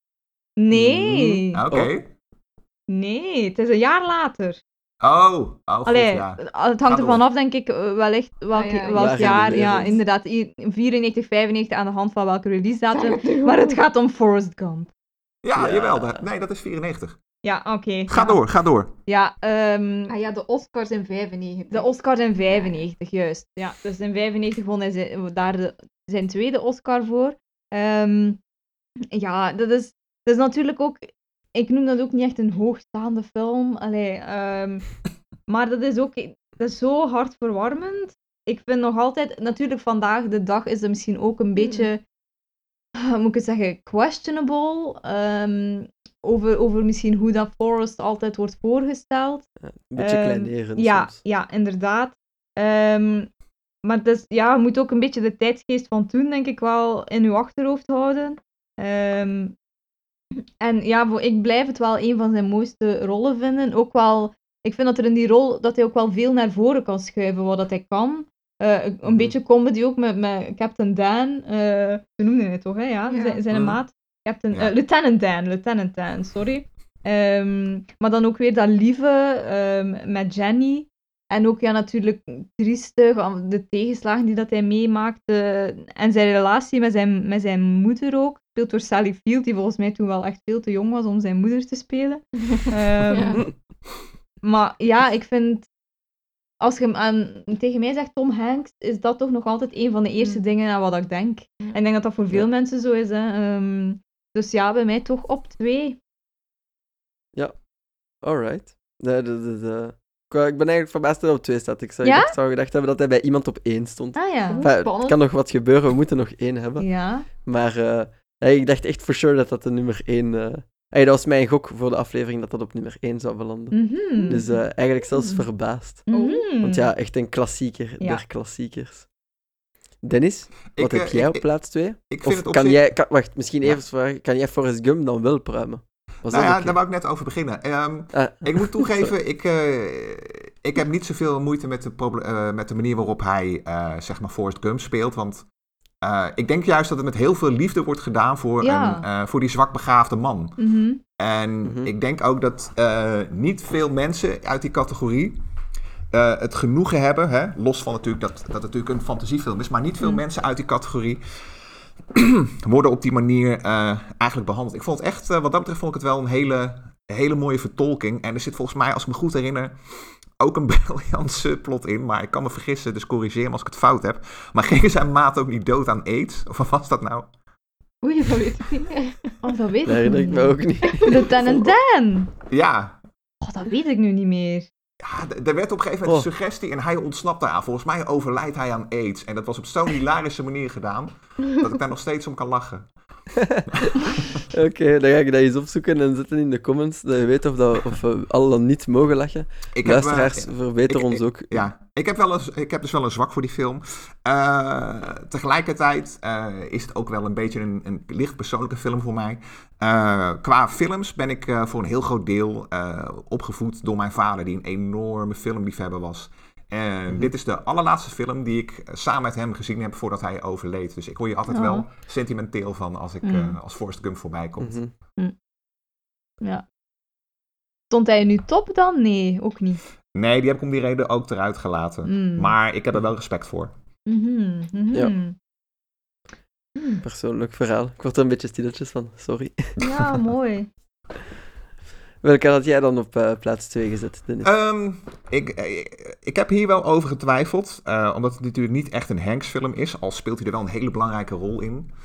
Nee. Ah, Oké. Oh. Nee, het is een jaar later. Oh, oh goed, Allee, ja. het Ga hangt ervan door. af, denk ik, eh, wellicht welk, Ah, ja, welk waar in de jaar. Ja, wereld. inderdaad. I- vierennegentig, vijfennegentig aan de hand van welke release datum. Maar het gaat om Forrest Gump. Ja, Ja. jawel. dat- nee, dat is vierennegentig. Ja, oké. Ga ja. door, ga door. Ja, ehm, Ah ja, de Oscars in vijfennegentig. de Oscars in vijfennegentig, juist. Ja, dus in vijfennegentig won hij zijn- daar de, zijn tweede Oscar voor. Ehm, ja, dat is, dat is natuurlijk ook... Ik noem dat ook niet echt een hoogstaande film. Allee, ehm, maar dat is ook... Dat is zo hartverwarmend. Ik vind nog altijd... Natuurlijk, vandaag de dag is het misschien ook een beetje... Hoe moet ik het zeggen? Questionable. ehm, over, over misschien hoe dat Forrest altijd wordt voorgesteld. Een beetje Ehm, kleinerend ja, soms. ja, inderdaad. Ehm, maar dus, ja, je moet ook een beetje de tijdsgeest van toen, denk ik wel, in je achterhoofd houden. Ehm, en ja, voor, ik blijf het wel een van zijn mooiste rollen vinden. Ook wel, ik vind dat er in die rol, dat hij ook wel veel naar voren kan schuiven, wat dat hij kan. Eh, een Mhm. beetje comedy ook met, met Captain Dan. eh ze noemden het toch, hè? Ja, Ja. zijn, zijn Mhm. maat. Captain, Ja. eh, Lieutenant Dan, Lieutenant Dan, sorry. Ehm, maar dan ook weer dat lieve ehm, met Jenny. En ook ja, natuurlijk triestig, aan de tegenslagen die dat hij meemaakt. eh, en zijn relatie met zijn, met zijn moeder ook. Gespeeld door Sally Field, die volgens mij toen wel echt veel te jong was om zijn moeder te spelen. Ehm, Ja. Maar ja, ik vind... Als je hem aan, tegen mij zegt Tom Hanks, is dat toch nog altijd een van de eerste Mm. dingen aan wat ik denk. Ja. En ik denk dat dat voor veel Ja. mensen zo is. Hè. Ehm, dus ja, bij mij toch op twee. Alright. De, de, de, de- Ik wa- Ik ben eigenlijk verbaasd dat hij op twee staat. Ik zou, Ja? ik zou gedacht hebben dat hij bij iemand op één stond. Ah ja. Oeh. Enfin, het spannend. kan nog wat gebeuren, we moeten nog één hebben. Ja. Maar eh, hey, ik dacht echt for sure dat dat de nummer één... eh hey, dat was mijn gok voor de aflevering dat dat op nummer één zou belanden. Mhm. Dus eh, eigenlijk zelfs Mhm. verbaasd. Mhm. Want ja, echt een klassieker Ja. der klassiekers. Dennis, wat Ik, heb eh, jij ik- op plaats twee? Ik vind Of het op kan zich... jij... Kan, wacht, misschien Ja. even vragen. Kan jij Forrest Gump dan wel pruimen? Was Nou dat ja, oké? daar wou ik net over beginnen. Ehm, Ah, ik moet toegeven, ik, eh, ik heb niet zoveel moeite met de, proble- eh, met de manier waarop hij, eh, zeg maar, Forrest Gump speelt. Want eh, ik denk juist dat het met heel veel liefde wordt gedaan voor, Ja. een, eh, voor die zwakbegaafde man. Mhm. En Mhm. ik denk ook dat eh, niet veel mensen uit die categorie eh, het genoegen hebben, hè, los van natuurlijk dat, dat het natuurlijk een fantasiefilm is, maar niet veel Mhm. mensen uit die categorie worden op die manier eh, eigenlijk behandeld. Ik vond het echt, eh, wat dat betreft vond ik het wel een hele, hele mooie vertolking. En er zit volgens mij, als ik me goed herinner, ook een briljant subplot in. Maar ik kan me vergissen, dus corrigeer me als ik het fout heb. Maar gingen zijn maat ook niet dood aan AIDS? Of wat was dat nou? Oei, dat weet ik niet meer. Oh, dat weet dat ik herinner ik niet. me ook niet. Lieutenant Dan. Ja, Oh, dat weet ik nu niet meer. ja, d- er werd op een gegeven moment een Oh. suggestie en hij ontsnapt daaraan. Volgens mij overlijdt hij aan AIDS. En dat was op zo'n hilarische manier gedaan, dat ik daar nog steeds om kan lachen. Oké, dan ga ik dat eens opzoeken en zetten in de comments, dat je weet of, dat, of we al dan niet mogen lachen. Ik Luisteraars, eh, verbeter ik- ons ik- ook. Ja, ik heb, wel een, ik heb dus wel een zwak voor die film. Eh, tegelijkertijd eh, is het ook wel een beetje een, een licht persoonlijke film voor mij. Eh, qua films ben ik eh, voor een heel groot deel eh, opgevoed door mijn vader, die een enorme filmliefhebber was. En Mhm. dit is de allerlaatste film die ik eh, samen met hem gezien heb voordat hij overleed. Dus ik word je altijd Oh. wel sentimenteel van als ik Mm. eh, als Forrest Gump voorbij komt. Mhm. Ja. Stond hij nu top dan? Nee, ook niet. Nee, die heb ik om die reden ook eruit gelaten. Mm. Maar ik heb er wel respect voor. Mhm, mhm. Ja. Mm. Persoonlijk verhaal. Ik word er een beetje stilletjes van, sorry. Ja, mooi. Welke had jij dan op eh, plaats twee gezet, Dennis? Ehm, ik, eh, ik heb hier wel over getwijfeld, eh, omdat het natuurlijk niet echt een Hanks film is, al speelt hij er wel een hele belangrijke rol in.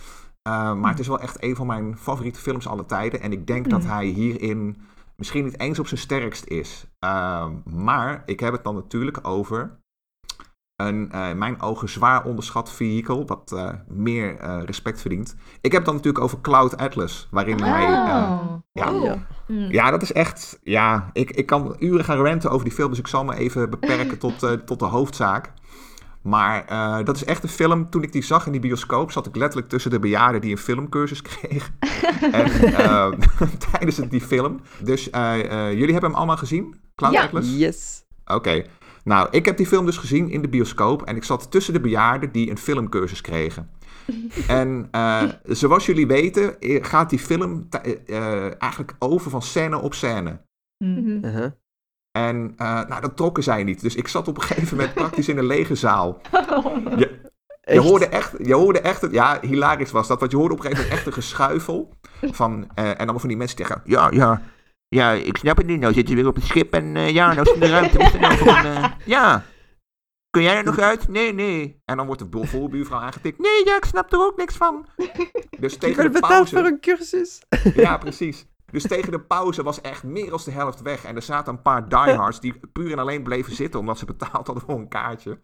Uh, maar het is wel echt een van mijn favoriete films aller tijden. En ik denk mm. dat hij hierin misschien niet eens op zijn sterkst is. Uh, maar ik heb het dan natuurlijk over een, uh, in mijn ogen, zwaar onderschat vehikel, wat uh, meer uh, respect verdient. Ik heb het dan natuurlijk over Cloud Atlas, waarin oh. hij... Uh, ja, oh. ja. ja, dat is echt... Ja, ik, ik kan uren gaan ranten over die film, dus ik zal me even beperken tot, uh, tot de hoofdzaak. Maar uh, dat is echt een film. Toen ik die zag in die bioscoop, zat ik letterlijk tussen de bejaarden die een filmcursus kregen. en uh, tijdens die film. Dus uh, uh, jullie hebben hem allemaal gezien? Cloud ja. Atlas? Yes. Oké. Okay. Nou, ik heb die film dus gezien in de bioscoop. En ik zat tussen de bejaarden die een filmcursus kregen. en uh, zoals jullie weten, gaat die film t- uh, eigenlijk over van scène op scène. Mm-hmm. Uh-huh. En uh, nou, dat trokken zij niet. Dus ik zat op een gegeven moment praktisch in een lege zaal. Je, je hoorde echt, je hoorde echt het, ja, hilarisch was dat. Want je hoorde op een gegeven moment echt een geschuifel. Van, uh, en allemaal van die mensen die zeggen, ja, ja, ja, ik snap het niet. Nou zitten we weer op het schip en uh, ja, nou is de ruimte. Is er nou van, uh, ja, kun jij er nog uit? Nee, nee. En dan wordt de voorbuurvrouw aangetikt. Nee, ja, ik snap er ook niks van. Dus tegen ik ben de betaald pauze, voor een cursus. Ja, precies. Dus tegen de pauze was echt meer dan de helft weg. En er zaten een paar diehards die puur en alleen bleven zitten omdat ze betaald hadden voor een kaartje.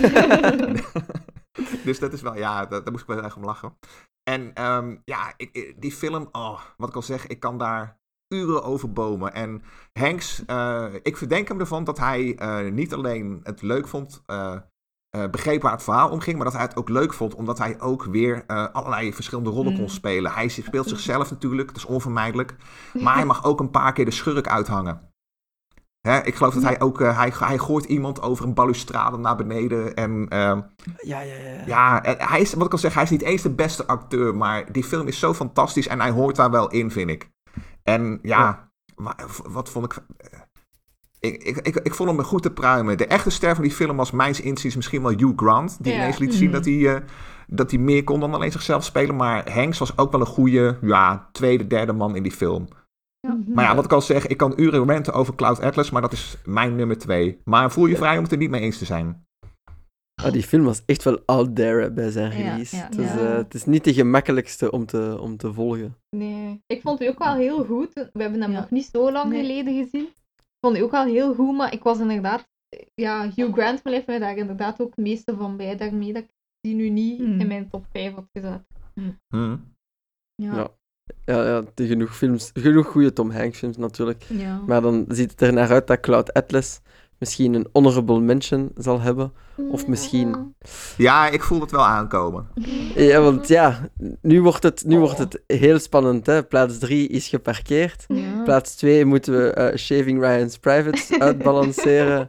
Dus dat is wel, ja, daar, daar moest ik wel erg om lachen. En um, ja, ik, die film, oh, wat ik al zeg, ik kan daar uren over bomen. En Hanks, uh, ik verdenk hem ervan dat hij uh, niet alleen het leuk vond... Uh, Uh, begreep waar het verhaal om ging, maar dat hij het ook leuk vond, omdat hij ook weer uh, allerlei verschillende rollen mm. kon spelen. Hij speelt zichzelf natuurlijk, dat is onvermijdelijk, maar hij mag ook een paar keer de schurk uithangen. Hè, ik geloof dat hij ook, uh, hij, hij gooit iemand over een balustrade naar beneden en... Uh, ja, ja, ja. Ja, hij is, wat ik al zeg, hij is niet eens de beste acteur, maar die film is zo fantastisch en hij hoort daar wel in, vind ik. En ja, ja. Maar, wat vond ik... Uh, Ik, ik, ik, ik vond hem goed te pruimen. De echte ster van die film was mijns inziens misschien wel Hugh Grant. Die ja. ineens liet zien dat hij, uh, dat hij meer kon dan alleen zichzelf spelen. Maar Hanks was ook wel een goede ja, tweede, derde man in die film. Ja. Maar ja, wat ik al zeg, ik kan uren ranten over Cloud Atlas, maar dat is mijn nummer twee. Maar voel je vrij om het er niet mee eens te zijn. Oh, die film was echt wel out there bij zijn release. Ja, ja, het, is, ja. uh, het is niet de gemakkelijkste om te, om te volgen. Nee, ik vond die ook wel heel goed. We hebben hem ja. nog niet zo lang nee. geleden gezien. Ik vond die ook wel heel goed, maar ik was inderdaad... Ja, Hugh Grant heeft mij daar inderdaad ook het meeste van bij daarmee dat ik die nu niet mm. in mijn top vijf had gezet. Mm. Mm. Ja. Ja. Ja, ja, genoeg films, genoeg goede Tom Hanks films natuurlijk. Ja. Maar dan ziet het er naar uit dat Cloud Atlas misschien een honorable mention zal hebben. Of misschien... Ja, ik voel het wel aankomen. Ja, want ja, nu wordt het, nu oh. wordt het heel spannend. Hè? Plaats drie is geparkeerd. Ja. Plaats twee moeten we uh, Shaving Ryan's Privates uitbalanceren.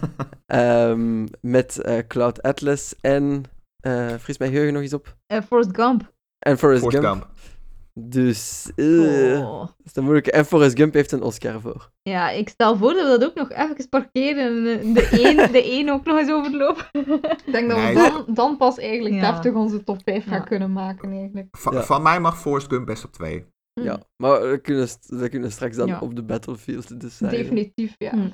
um, met uh, Cloud Atlas en... Uh, fris mijn geheugen nog eens op. Uh, Forrest Gump. En Forrest, Forrest Gump. Gump. Dus, uh, oh. dat is de moeilijke. En Forrest Gump heeft een Oscar voor. Ja, ik stel voor dat we dat ook nog even parkeren en de één de één ook nog eens overlopen. Ik denk dat we dan, dan pas eigenlijk ja. deftig onze top vijf gaan ja. kunnen maken eigenlijk. Van, ja. van mij mag Forrest Gump best op twee. Mm. Ja, maar we kunnen, we kunnen straks dan ja. op de battlefield deciden. Definitief, ja. Mm.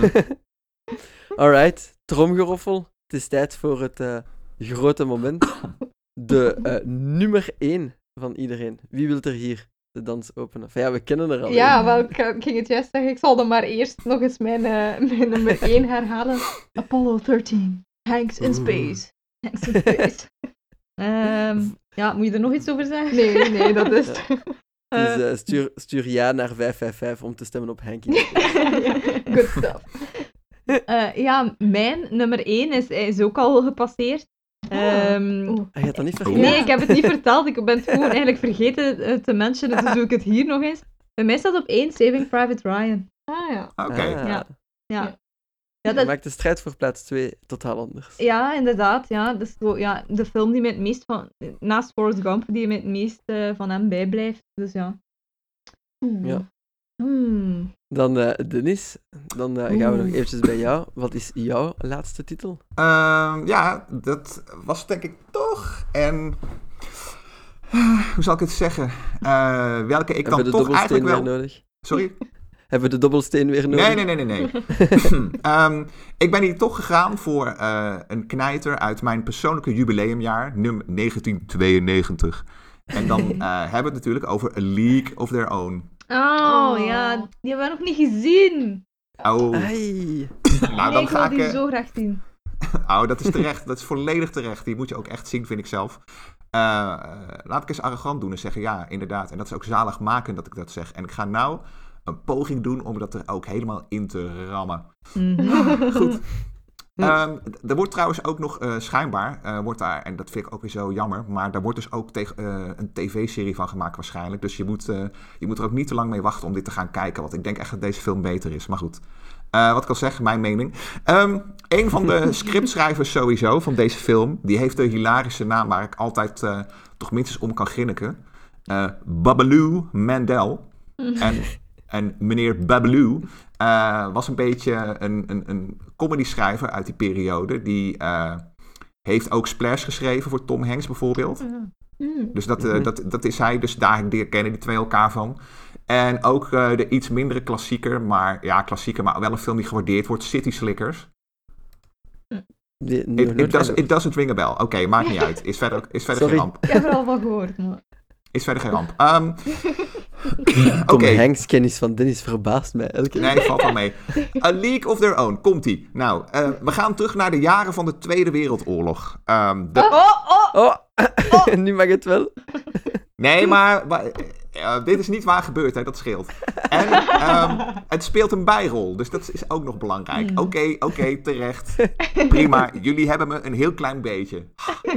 Alright, tromgeroffel. Het is tijd voor het uh, grote moment. De uh, nummer één van iedereen. Wie wil er hier de dans openen? Enfin, ja, we kennen er al. Ja, een. wel, ik, ik ging het juist zeggen. Ik zal dan maar eerst nog eens mijn, uh, mijn nummer één herhalen. Apollo dertien. Hanks in space. Hanks in space. um, ja, moet je er nog iets over zeggen? Nee, nee, dat is... Ja. Dus uh, stuur, stuur ja naar vijf vijf vijf om te stemmen op Hank. Good stuff. Uh, ja, mijn nummer één is, is ook al gepasseerd. Um, oh. Je hebt dat niet vergeten? Nee, ik heb het niet verteld. Ik ben het gewoon eigenlijk vergeten te mentionen, dus doe ik het hier nog eens. Bij mij staat op één Saving Private Ryan. Ah ja. Oké. Okay. Ah. Ja. Ja. Ja, dat maakt de strijd voor plaats twee totaal anders. Ja, inderdaad. Ja. Dat is zo, ja, de film die mij het meest van... Naast Forrest Gump, die mij het meest uh, van hem bijblijft. Dus ja. Oeh. Ja. Hmm. Dan uh, Dennis, dan uh, gaan we nog eventjes bij jou. Wat is jouw laatste titel? Uh, ja, dat was denk ik toch. En uh, hoe zal ik het zeggen? Uh, welke ik dan toch eigenlijk wel... nodig? Sorry? Hebben we de dobbelsteen weer nodig? Nee, nee, nee, nee. nee. um, ik ben hier toch gegaan voor uh, een knijter uit mijn persoonlijke jubileumjaar, nummer negentien tweeënnegentig. En dan uh, hebben we het natuurlijk over A League of Their Own. Oh, Oh. ja, die hebben we nog niet gezien. Oh, Ai. nou nee, dan ik ga wil ik... die uh, zo graag zien. Oh, dat is terecht. Dat is volledig terecht. Die moet je ook echt zien, vind ik zelf. Uh, uh, laat ik eens arrogant doen en zeggen, ja, inderdaad. En dat is ook zaligmakend dat ik dat zeg. En ik ga nou een poging doen om dat er ook helemaal in te rammen. Mhm. Goed. Um, er wordt trouwens ook nog uh, schijnbaar, uh, wordt daar, en dat vind ik ook weer zo jammer, maar daar wordt dus ook tegen, uh, een tv-serie van gemaakt waarschijnlijk. Dus je moet, uh, je moet er ook niet te lang mee wachten om dit te gaan kijken, want ik denk echt dat deze film beter is. Maar goed, uh, wat ik al zeg, mijn mening. Um, een van de scriptschrijvers sowieso van deze film, die heeft een hilarische naam waar ik altijd uh, toch minstens om kan grinniken. Uh, Babaloo Mandel. En... En meneer Babaloo uh, was een beetje een, een, een comedy-schrijver uit die periode. Die uh, heeft ook Splash geschreven voor Tom Hanks bijvoorbeeld. Mm. Dus dat, uh, dat, dat is hij. Dus daar kennen die twee elkaar van. En ook uh, de iets mindere klassieker, maar ja, klassieker, maar wel een film die gewaardeerd wordt, City Slickers. Die, It, it, does, it doesn't ring a bell. Oké, okay, maakt niet uit. Is verder, is verder Sorry. geen ramp. Ik heb er al van gehoord, maar... Is verder geen ramp. Um, Tom okay. Hanks' kennis van Dennis verbaast mij elke keer. Nee, valt wel mee. A League of Their Own, komt-ie. Nou, uh, we gaan terug naar de jaren van de Tweede Wereldoorlog. Um, de... Oh, oh! Oh, nu mag het wel. Nee, maar uh, uh, dit is niet waar gebeurd, hè, dat scheelt. En um, het speelt een bijrol, dus dat is ook nog belangrijk. Oké, okay, oké, okay, terecht. Prima, jullie hebben me een heel klein beetje.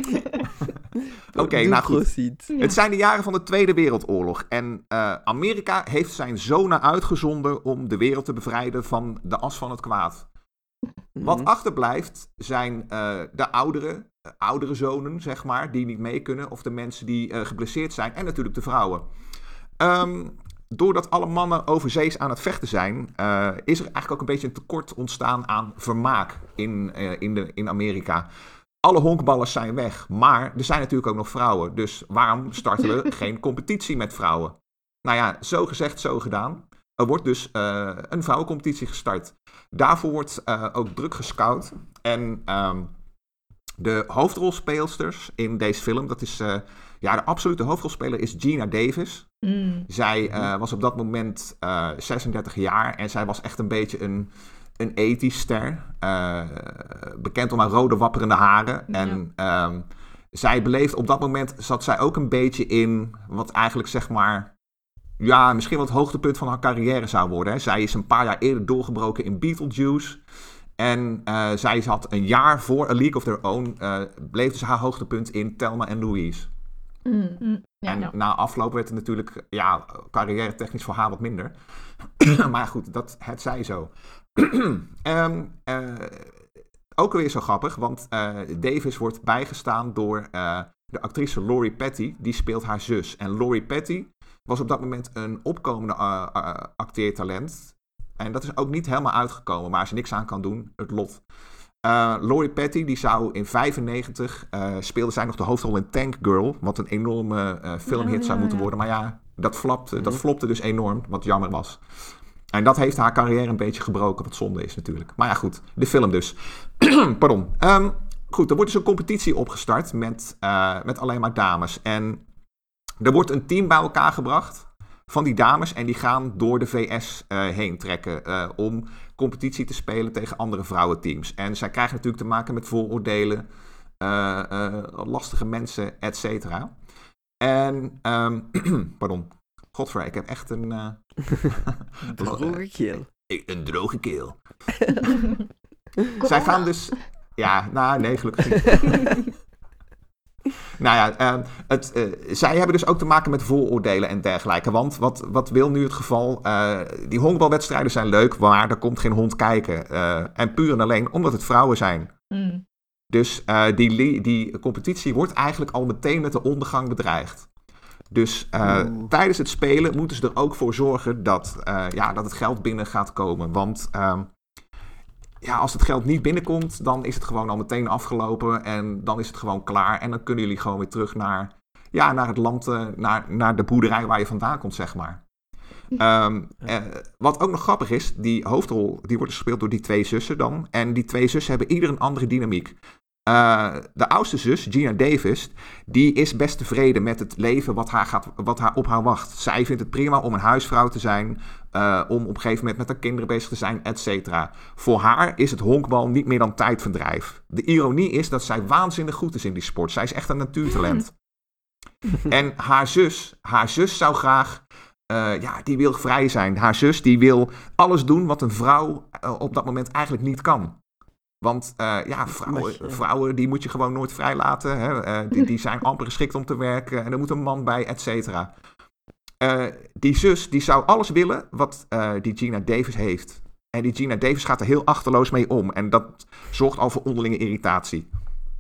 Oké, okay, nou goed. Proceed. Het zijn de jaren van de Tweede Wereldoorlog. En uh, Amerika heeft zijn zonen uitgezonden om de wereld te bevrijden van de as van het kwaad. Wat Mm-hmm. achterblijft zijn uh, de oudere, uh, oudere zonen, zeg maar, die niet mee kunnen. Of de mensen die uh, geblesseerd zijn. En natuurlijk de vrouwen. Um, doordat alle mannen overzees aan het vechten zijn, uh, is er eigenlijk ook een beetje een tekort ontstaan aan vermaak in, uh, in, de, in Amerika. Alle honkballers zijn weg, maar er zijn natuurlijk ook nog vrouwen. Dus waarom starten we geen competitie met vrouwen? Nou ja, zo gezegd, zo gedaan. Er wordt dus uh, een vrouwencompetitie gestart. Daarvoor wordt uh, ook druk gescout. En um, de hoofdrolspeelsters in deze film, dat is... Uh, ja, de absolute hoofdrolspeler is Gina Davis. Mm. Zij uh, was op dat moment uh, zesendertig jaar en zij was echt een beetje een... Een ethisch ster, uh, bekend om haar rode wapperende haren. Ja. En um, zij beleefde op dat moment, zat zij ook een beetje in wat eigenlijk zeg maar, ja, misschien wel het hoogtepunt van haar carrière zou worden. Hè. Zij is een paar jaar eerder doorgebroken in Beetlejuice. En uh, zij had een jaar voor A League of Their Own, uh, beleefde ze haar hoogtepunt in Thelma en Louise. Mm. Mm. Ja, en ja. na afloop werd het natuurlijk, ja, carrière technisch voor haar wat minder. Maar goed, dat het zij zo. um, uh, ook weer zo grappig, want uh, Davis wordt bijgestaan door uh, de actrice Lori Petty. Die speelt haar zus. En Lori Petty was op dat moment een opkomende uh, uh, acteertalent. En dat is ook niet helemaal uitgekomen, maar als je niks aan kan doen, het lot. Uh, Lori Petty, die zou in vijfennegentig uh, speelde zij nog de hoofdrol in Tank Girl, wat een enorme uh, filmhit ja, ja, zou moeten ja. worden. Maar ja, dat, flapte, dat flopte dus enorm, wat jammer was. En dat heeft haar carrière een beetje gebroken, wat zonde is natuurlijk. Maar ja, goed, de film dus. Pardon. Um, goed, er wordt dus een competitie opgestart met, uh, met alleen maar dames. En er wordt een team bij elkaar gebracht van die dames. En die gaan door de V S uh, heen trekken uh, om competitie te spelen tegen andere vrouwenteams. En zij krijgen natuurlijk te maken met vooroordelen, uh, uh, lastige mensen, et cetera. En, um, pardon. Godver, ik heb echt een... Uh, droge keel. Een droge keel. Zij gaan dus... Ja, nou, nee, gelukkig niet. Nou ja, uh, het, uh, zij hebben dus ook te maken met vooroordelen en dergelijke. Want wat, wat wil nu het geval? Uh, die honkbalwedstrijden zijn leuk, maar er komt geen hond kijken. Uh, en puur en alleen omdat het vrouwen zijn. Mm. Dus uh, die, die competitie wordt eigenlijk al meteen met de ondergang bedreigd. Dus uh, tijdens het spelen moeten ze er ook voor zorgen dat, uh, ja, dat het geld binnen gaat komen. Want uh, ja, als het geld niet binnenkomt, dan is het gewoon al meteen afgelopen. En dan is het gewoon klaar. En dan kunnen jullie gewoon weer terug naar, ja, naar het land, uh, naar, naar de boerderij waar je vandaan komt, zeg maar. Um, uh, wat ook nog grappig is, die hoofdrol die wordt gespeeld door die twee zussen dan. En die twee zussen hebben ieder een andere dynamiek. Uh, de oudste zus, Geena Davis, die is best tevreden met het leven wat haar, gaat, wat haar op haar wacht. Zij vindt het prima om een huisvrouw te zijn, uh, om op een gegeven moment met haar kinderen bezig te zijn, et cetera. Voor haar is het honkbal niet meer dan tijdverdrijf. De ironie is dat zij waanzinnig goed is in die sport. Zij is echt een natuurtalent. En haar zus, haar zus zou graag, uh, ja, die wil vrij zijn. Haar zus die wil alles doen wat een vrouw uh, op dat moment eigenlijk niet kan. Want uh, ja, vrouwen, vrouwen die moet je gewoon nooit vrijlaten. Hè? Uh, die, die zijn amper geschikt om te werken. En er moet een man bij, et cetera. Uh, die zus die zou alles willen wat uh, die Geena Davis heeft. En die Geena Davis gaat er heel achterloos mee om. En dat zorgt al voor onderlinge irritatie.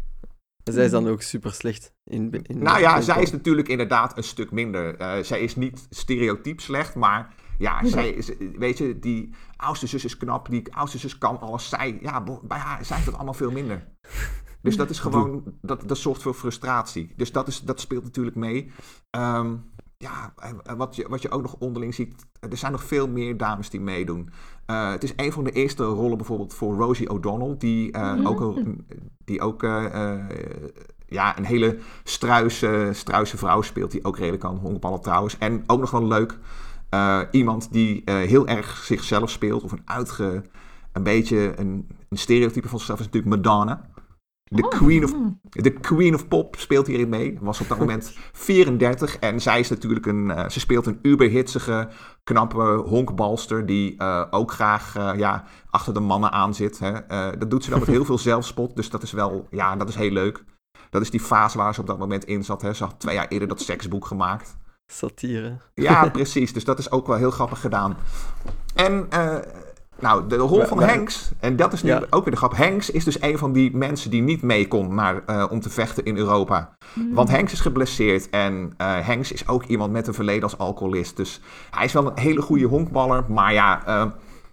Zij is dan ook super slecht in, in Nou ja, zij is natuurlijk inderdaad een stuk minder. Uh, zij is niet stereotyp slecht, maar ja, zij is, weet je, die oudste zus is knap, die oudste zus kan alles. Zij, ja, bij haar, zij heeft het allemaal veel minder. Dus dat is gewoon, dat, dat zorgt voor frustratie. Dus dat, is, dat speelt natuurlijk mee. Um, ja, wat je, wat je ook nog onderling ziet, er zijn nog veel meer dames die meedoen. Uh, het is een van de eerste rollen bijvoorbeeld voor Rosie O'Donnell, die uh, mm-hmm. ook, een, die ook uh, uh, ja, een hele struise, struise vrouw speelt, die ook redelijk kan honkballen trouwens. En ook nog wel leuk, uh, iemand die uh, heel erg zichzelf speelt, of een uitge, een beetje een, een stereotype van zichzelf is natuurlijk Madonna. De Oh, Queen of, mm. de Queen of Pop speelt hierin mee. Was op dat moment vierendertig. En zij is natuurlijk een... Uh, ze speelt een uberhitsige, knappe honkbalster... die uh, ook graag uh, ja, achter de mannen aan zit. Hè. Uh, dat doet ze dan met heel veel zelfspot. Dus dat is wel... Ja, dat is heel leuk. Dat is die fase waar ze op dat moment in zat. Hè. Ze had twee jaar eerder dat seksboek gemaakt. Satire. Ja, precies. Dus dat is ook wel heel grappig gedaan. En... Uh, Nou, de rol van maar, Hanks, en dat is nu ja. ook weer de grap. Hanks is dus een van die mensen die niet mee kon naar, uh, om te vechten in Europa. Mm. Want Hanks is geblesseerd en uh, Hanks is ook iemand met een verleden als alcoholist. Dus hij is wel een hele goede honkballer, maar ja... Uh,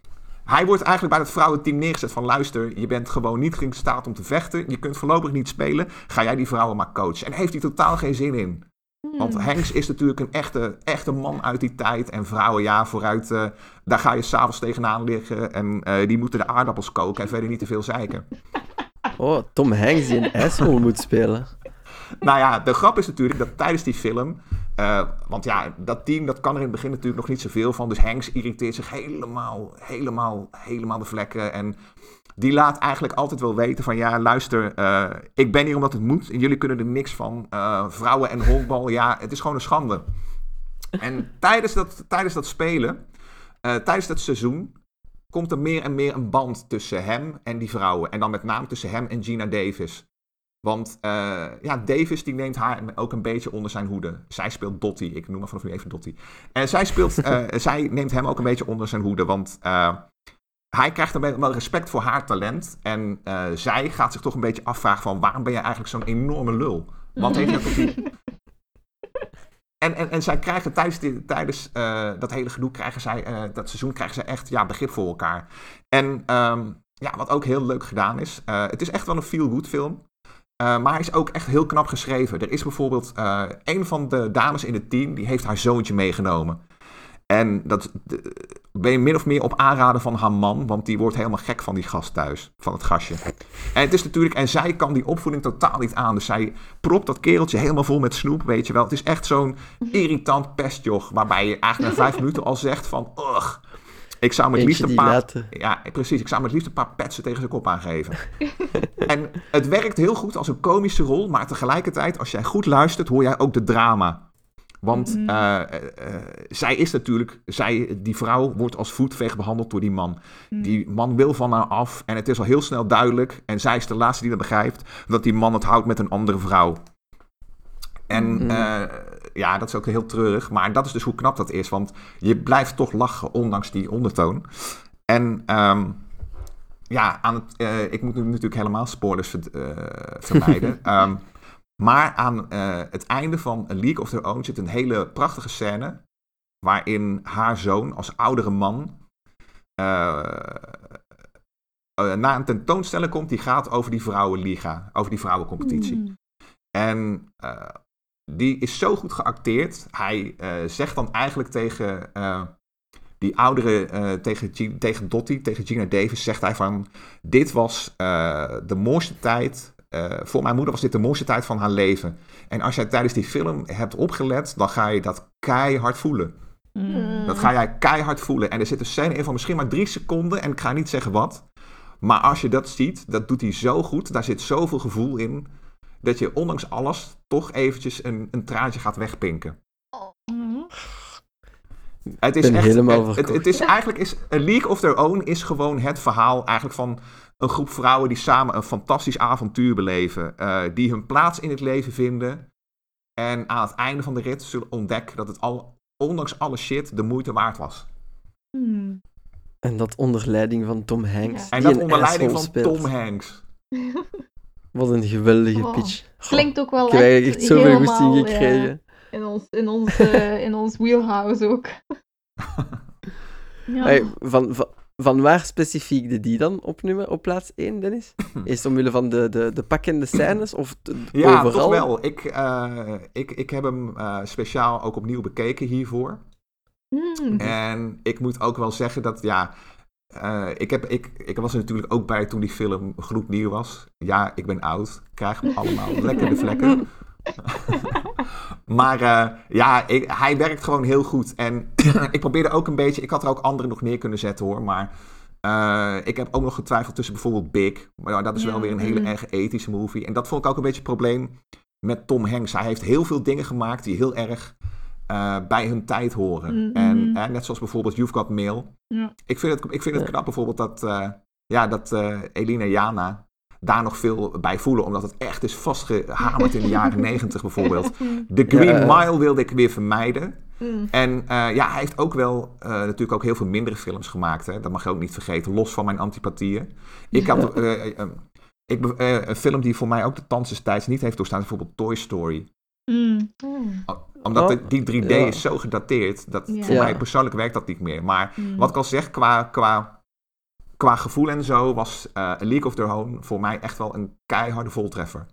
hij wordt eigenlijk bij het vrouwenteam neergezet van... luister, je bent gewoon niet in staat om te vechten. Je kunt voorlopig niet spelen. Ga jij die vrouwen maar coachen. En daar heeft hij totaal geen zin in. Want Hanks is natuurlijk een echte, echte man uit die tijd. En vrouwen, ja, vooruit, uh, daar ga je s'avonds tegenaan liggen. En uh, die moeten de aardappels koken en verder niet te veel zeiken. Oh, Tom Hanks die een asshole moet spelen. Nou ja, de grap is natuurlijk dat tijdens die film... Uh, want ja, dat team, dat kan er in het begin natuurlijk nog niet zoveel van. Dus Hanks irriteert zich helemaal, helemaal, helemaal de vlekken. En die laat eigenlijk altijd wel weten van... ja, luister, uh, ik ben hier omdat het moet. En jullie kunnen er niks van. Uh, vrouwen en honkbal, ja, het is gewoon een schande. En tijdens dat, tijdens dat spelen, uh, tijdens dat seizoen... komt er meer en meer een band tussen hem en die vrouwen. En dan met name tussen hem en Geena Davis. Want uh, ja, Davis die neemt haar ook een beetje onder zijn hoede. Zij speelt Dottie. Ik noem maar vanaf nu even Dottie. En zij, speelt, uh, zij neemt hem ook een beetje onder zijn hoede. Want uh, hij krijgt dan wel respect voor haar talent. En uh, zij gaat zich toch een beetje afvragen van... waarom ben je eigenlijk zo'n enorme lul? Wat heeft dat tot die... En, en, en zij krijgen tijdens, die, tijdens uh, dat hele gedoe, krijgen zij, uh, dat seizoen, krijgen zij echt ja, begrip voor elkaar. En um, ja, wat ook heel leuk gedaan is... Uh, het is echt wel een feel-good film... Uh, maar hij is ook echt heel knap geschreven. Er is bijvoorbeeld uh, een van de dames in het team... die heeft haar zoontje meegenomen. En dat de, ben je min of meer op aanraden van haar man... want die wordt helemaal gek van die gast thuis. Van het gastje. En het is natuurlijk... en zij kan die opvoeding totaal niet aan. Dus zij propt dat kereltje helemaal vol met snoep, weet je wel. Het is echt zo'n irritant pestjoch... waarbij je eigenlijk na vijf minuten al zegt van... Ugh, ik zou me het liefst een paar... Ja, precies. Ik zou me het liefst een paar petsen tegen zijn kop aangeven. En het werkt heel goed als een komische rol, maar tegelijkertijd, als jij goed luistert, hoor jij ook de drama. Want mm-hmm. uh, uh, zij is natuurlijk... Zij, die vrouw wordt als voetveeg behandeld door die man. Mm. Die man wil van haar af en het is al heel snel duidelijk... en zij is de laatste die dat begrijpt... dat die man het houdt met een andere vrouw. En mm-hmm. uh, ja, dat is ook heel treurig. Maar dat is dus hoe knap dat is. Want je blijft toch lachen, ondanks die ondertoon. En um, ja, aan het, uh, ik moet nu natuurlijk helemaal spoilers ver, uh, vermijden. um, maar aan uh, het einde van A League of Their Own zit een hele prachtige scène... waarin haar zoon als oudere man... Uh, uh, na een tentoonstelling komt die gaat over die vrouwenliga. Over die vrouwencompetitie. Mm. En... Uh, die is zo goed geacteerd. Hij uh, zegt dan eigenlijk tegen uh, die oudere, uh, tegen, G- tegen Dottie, tegen Geena Davis, zegt hij van... Dit was uh, de mooiste tijd uh, voor mijn moeder was dit de mooiste tijd van haar leven. En als jij tijdens die film hebt opgelet, dan ga je dat keihard voelen. Mm. Dat ga jij keihard voelen. En er zit een scène in van misschien maar drie seconden. En ik ga niet zeggen wat. Maar als je dat ziet, dat doet hij zo goed. Daar zit zoveel gevoel in. Dat je ondanks alles toch eventjes een, een traantje gaat wegpinken. Mm. Het is ben echt, helemaal het, verkocht. het is eigenlijk is A League of Their Own is gewoon het verhaal eigenlijk van een groep vrouwen die samen een fantastisch avontuur beleven. Uh, die hun plaats in het leven vinden. En aan het einde van de rit zullen ontdekken dat het al, ondanks alle shit de moeite waard was. Mm. En dat onder leiding van Tom Hanks. Ja. En die dat een onder leiding asshole van speelt. Tom Hanks. Wat een geweldige Oh, pitch. Goh, Klinkt ook wel ik heb eigenlijk echt zoveel helemaal, goesting ja, gekregen. in, ons, in, ons, uh, in ons wheelhouse ook. Ja. Hey, van, van, van waar specifiek de die dan opnemen op plaats één, Dennis? Is het omwille van de, de, de pakkende scènes of de, Ja, overal? toch wel. Ik, uh, ik, ik heb hem uh, speciaal ook opnieuw bekeken hiervoor. Mm. En ik moet ook wel zeggen dat, ja... Uh, ik, heb, ik, ik was er natuurlijk ook bij toen die film gloednieuw was. Ja, ik ben oud. Krijg hem allemaal lekker de vlekken. Maar uh, ja, ik, hij werkt gewoon heel goed. En ik probeerde ook een beetje... Ik had er ook anderen nog neer kunnen zetten, hoor. Maar uh, ik heb ook nog getwijfeld tussen bijvoorbeeld Big. Maar ja, dat is Ja, wel weer een hele mm. erg ethische movie. En dat vond ik ook een beetje het probleem met Tom Hanks. Hij heeft heel veel dingen gemaakt die heel erg... Uh, bij hun tijd horen. Mm-hmm. En uh, net zoals bijvoorbeeld You've Got Mail. Ja. Ik vind het, ik vind het Ja. knap bijvoorbeeld dat, uh, ja, dat uh, Elina Jana daar nog veel bij voelen. Omdat het echt is vastgehamerd in de jaren negentig bijvoorbeeld. The Green Ja. Mile wilde ik weer vermijden. Mm. En uh, ja, hij heeft ook wel uh, natuurlijk ook heel veel mindere films gemaakt. Hè? Dat mag je ook niet vergeten. Los van mijn antipathieën. Ik had uh, uh, uh, ik, uh, een film die voor mij ook de tand des tijds niet heeft doorstaan. Is bijvoorbeeld Toy Story. Mm. Mm. Omdat Oh, de, die drie D ja. is zo gedateerd, dat Ja. voor Ja. mij persoonlijk werkt dat niet meer. Maar Mm. wat ik al zeg, qua, qua, qua gevoel en zo, was uh, A League of Their Own voor mij echt wel een keiharde voltreffer.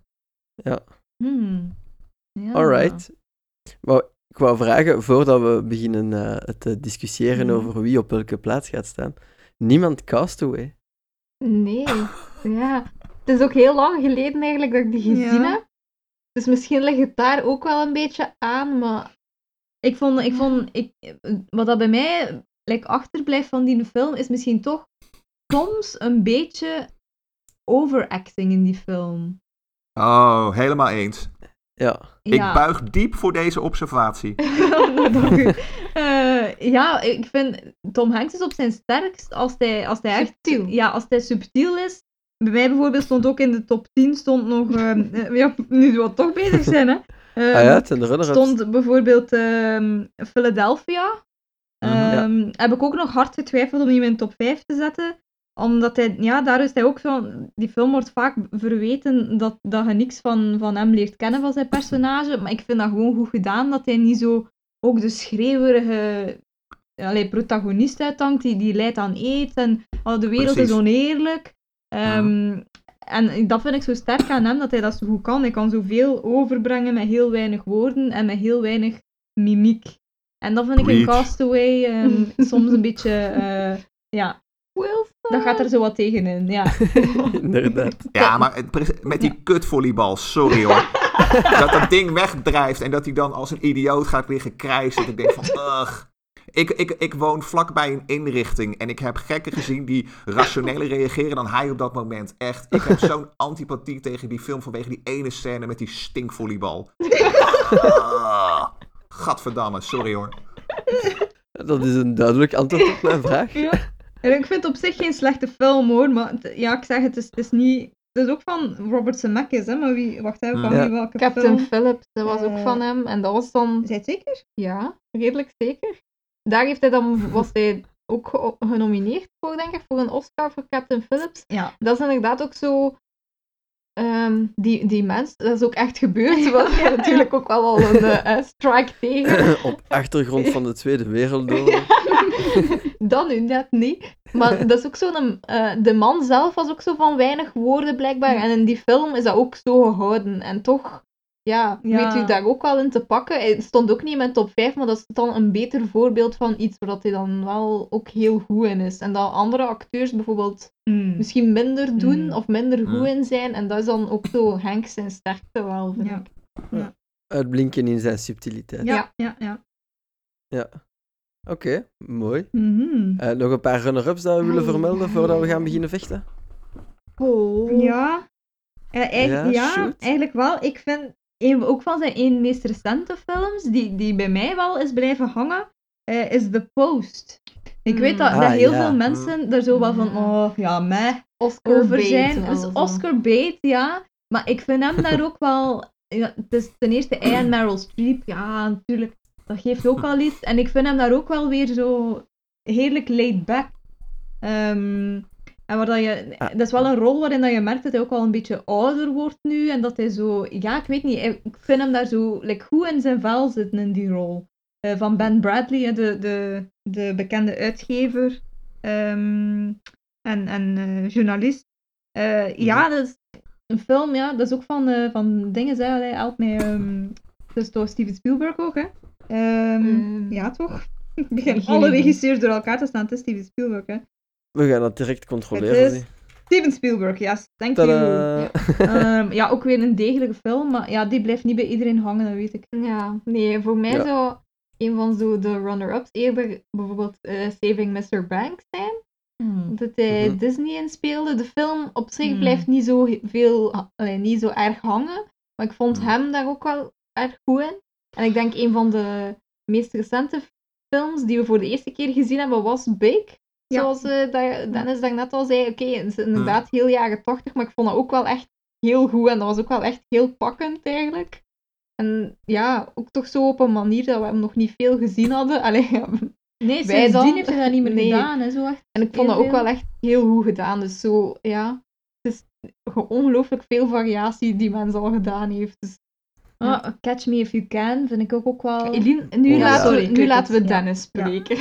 Mm. Ja. Alright. Maar ik wou vragen, voordat we beginnen uh, te discussiëren Mhm. over wie op welke plaats gaat staan. Niemand Castaway. Nee, ja. Het is ook heel lang geleden eigenlijk dat ik die gezien Ja. heb. Dus misschien ligt het daar ook wel een beetje aan, maar... Ik vond, ik vond ik, wat dat bij mij like, achterblijft van die film, is misschien toch soms een beetje overacting in die film. Oh, helemaal eens. Ja. Ik buig diep voor deze observatie. Dank u. Uh, ja, ik vind Tom Hanks is op zijn sterkst als hij, als hij echt Subtiel. Ja, als hij subtiel is. Bij mij bijvoorbeeld stond ook in de top tien stond nog, uh, ja, nu we toch bezig zijn, hè. Uh, Ah ja, het zijn de runner-ups. stond bijvoorbeeld uh, Philadelphia. Um, Mhm. ja. Heb ik ook nog hard getwijfeld om die in mijn top vijf te zetten. Omdat hij, ja, daar is hij ook van... Die film wordt vaak verweten dat, dat je niks van, van hem leert kennen van zijn personage. Maar ik vind dat gewoon goed gedaan, dat hij niet zo ook de schreeuwerige allee, protagonist uithangt, die, die leidt aan eet en oh, de wereld Precies. is oneerlijk. Um, Mhm. En dat vind ik zo sterk aan hem, dat hij dat zo goed kan. Hij kan zoveel overbrengen met heel weinig woorden en met heel weinig mimiek. En dat vind ik in Preach. Castaway um, soms een beetje... Uh, ja, Wilson. dat gaat er zo wat tegenin, ja. Inderdaad. Ja, maar het pre- met die kutvolleybal, sorry hoor. Dat dat ding wegdrijft en dat hij dan als een idioot gaat liggen krijsen. Dat ik denk van, ugh. Ik, ik, ik woon vlakbij een inrichting en ik heb gekken gezien die rationeler reageren dan hij op dat moment. Echt, ik heb zo'n antipathie tegen die film vanwege die ene scène met die stinkvolleybal. Ah, gadverdamme, sorry hoor. Dat is een duidelijk antwoord op mijn vraag. Ja. En ik vind het op zich geen slechte film hoor, maar het- ja, ik zeg het, is, het is niet... Het is ook van Robert Zemeckis, hè, maar wie... Wacht even, van Ja. wie, welke Captain film? Phillips, dat was ook Eh. van hem. En dat was dan... Is hij het zeker? Ja, redelijk zeker. Daar heeft hij dan, was hij ook ge- genomineerd voor, denk ik, voor een Oscar voor Captain Phillips. Ja. Dat is inderdaad ook zo... ehm, die, die mens, dat is ook echt gebeurd. Wat ja, natuurlijk ook wel al een eh, eh, strike tegen. Op achtergrond van de Tweede Wereldoorlog. Dat nu net niet. Maar dat is ook zo'n... eh, de man zelf was ook zo van weinig woorden, blijkbaar. En in die film is dat ook zo gehouden. En toch ja, Ja. weet u daar ook wel in te pakken. Hij stond ook niet in mijn top vijf, maar dat is dan een beter voorbeeld van iets waar dat hij dan wel ook heel goed in is. En dat andere acteurs bijvoorbeeld Mm. misschien minder doen Mm. of minder goed Mm. in zijn. En dat is dan ook zo Hank zijn sterkte wel, vind Ja. ik. Uitblinken in zijn subtiliteit. Ja, ja, ja. Ja. Oké, mooi. Mhm. Eh, nog een paar runner-ups dat we willen Ai, vermelden ai, voordat we ai. gaan beginnen vechten? Oh. Ja, eh, eigenlijk, Ja, ja, shoot. eigenlijk wel. Ik vind een, ook van zijn één meest recente films, die, die bij mij wel is blijven hangen, eh, is The Post. Ik weet dat, Mm. dat Ah, heel ja. veel mensen er zo wel van, Ja. oh ja, meh, Oscar over bait zijn. wel Dus zo. Oscar bait, ja. Maar ik vind hem daar ook wel... Ja, het is ten eerste hij en Meryl Streep. Ja, natuurlijk. Dat geeft ook wel iets. En ik vind hem daar ook wel weer zo heerlijk laid back. Ehm, en waar dat je... Ah. Dat is wel een rol waarin dat je merkt dat hij ook wel een beetje ouder wordt nu. En dat hij zo... Ja, ik weet niet. Ik vind hem daar zo like, goed in zijn vel zitten in die rol. Eh, van Ben Bradley, hè, de, de, de bekende uitgever. Ehm, en en eh, journalist. Eh, ja, dat is een film, ja, dat is ook van, eh, van dingen, zei hij, helpt mij. ehm dat is toch Steven Spielberg ook, hè? Ehm, Ehm, ja, toch? Ik begin geen alle idee. regisseurs door elkaar te staan, het is Steven Spielberg, hè? We gaan dat direct Het controleren. is zie. Steven Spielberg, yes, thank you. Tadaa! Ehm, ja, ook weer een degelijke film, maar ja, die blijft niet bij iedereen hangen, dat weet ik. Ja, nee, voor mij Ja. zou een van zo de runner-ups eerder bijvoorbeeld eh, Saving mister Banks zijn. Dat hij Mhm. Disney inspeelde. De film op zich Hmm. blijft niet zo he- veel, allee, niet zo erg hangen. Maar ik vond Hmm. hem daar ook wel erg goed in. En ik denk een van de meest recente films die we voor de eerste keer gezien hebben was Big. Ja. Zoals eh, dat Dennis daarnet al zei. Oké, het is inderdaad heel jaren tachtig, maar ik vond dat ook wel echt heel goed. En dat was ook wel echt heel pakkend eigenlijk. En ja, ook toch zo op een manier dat we hem nog niet veel gezien hadden. Allee, ja. Nee, Wij sindsdien dan- heeft hij dat niet meer Nee. gedaan, hè, zo echt. En ik vond dat heel ook wel veel. echt heel goed gedaan. Dus zo, ja. Het is ge- ongelooflijk veel variatie die men al gedaan heeft. Dus, Ah, Catch Me If You Can vind ik ook, ook wel... Eline, nu, Oh, ja. laten, Sorry, we, ik nu weet laten het, we ja. Dennis Ja. spreken.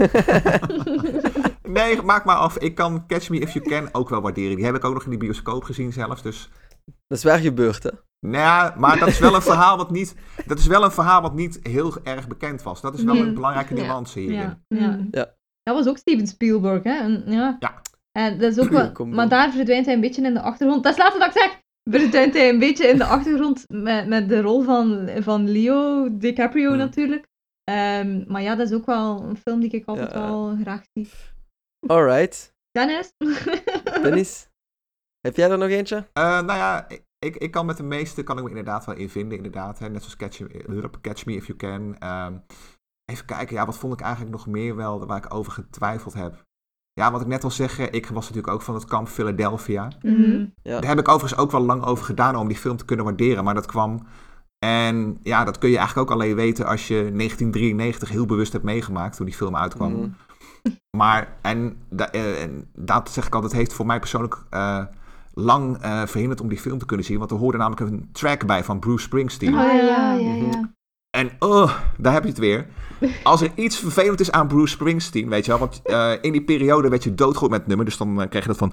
Nee, maak maar af. Ik kan Catch Me If You Can ook wel waarderen. Die heb ik ook nog in de bioscoop gezien zelfs. Dus, Dat is waar gebeurd, hè? nou ja, maar dat is wel een verhaal wat niet, dat is wel een verhaal wat niet heel erg bekend was. Dat is wel Nee. een belangrijke Ja. nuance hierin. Ja, ja. Mm. Dat was ook Steven Spielberg, hè? En, ja. Ja. En dat is ook wel... Combo. Maar daar verdwijnt hij een beetje in de achtergrond. Dat is het laatste dat ik zeg! Verdwijnt hij een beetje in de achtergrond met, met de rol van, van Leo DiCaprio Hmm. natuurlijk. Ehm, maar ja, dat is ook wel een film die ik altijd Ja. wel graag zie. Alright. Dennis? Dennis, heb jij er nog eentje? Eh, nou ja, ik, ik kan met de meeste kan ik me inderdaad wel in vinden, inderdaad. Hè. Net zoals Catch, Me- Catch Me If You Can. Ehm, even kijken, ja, wat vond ik eigenlijk nog meer wel waar ik over getwijfeld heb? Ja, wat ik net al zeg, ik was natuurlijk ook van het kamp Philadelphia. Mhm. Ja. Daar heb ik overigens ook wel lang over gedaan om die film te kunnen waarderen, maar dat kwam... En ja, dat kun je eigenlijk ook alleen weten als je negentien drieënnegentig heel bewust hebt meegemaakt toen die film uitkwam. Mhm. Maar, en, da, eh, en dat zeg ik al, dat heeft voor mij persoonlijk eh, lang eh, verhinderd om die film te kunnen zien. Want er hoorde namelijk een track bij van Bruce Springsteen. Oh, Ah, ja. ja, ja, Mhm. ja. En oh, daar heb je het weer. Als er iets vervelend is aan Bruce Springsteen, weet je wel. Want eh, in die periode werd je doodgegooid met het nummer. Dus dan eh, krijg je dat van...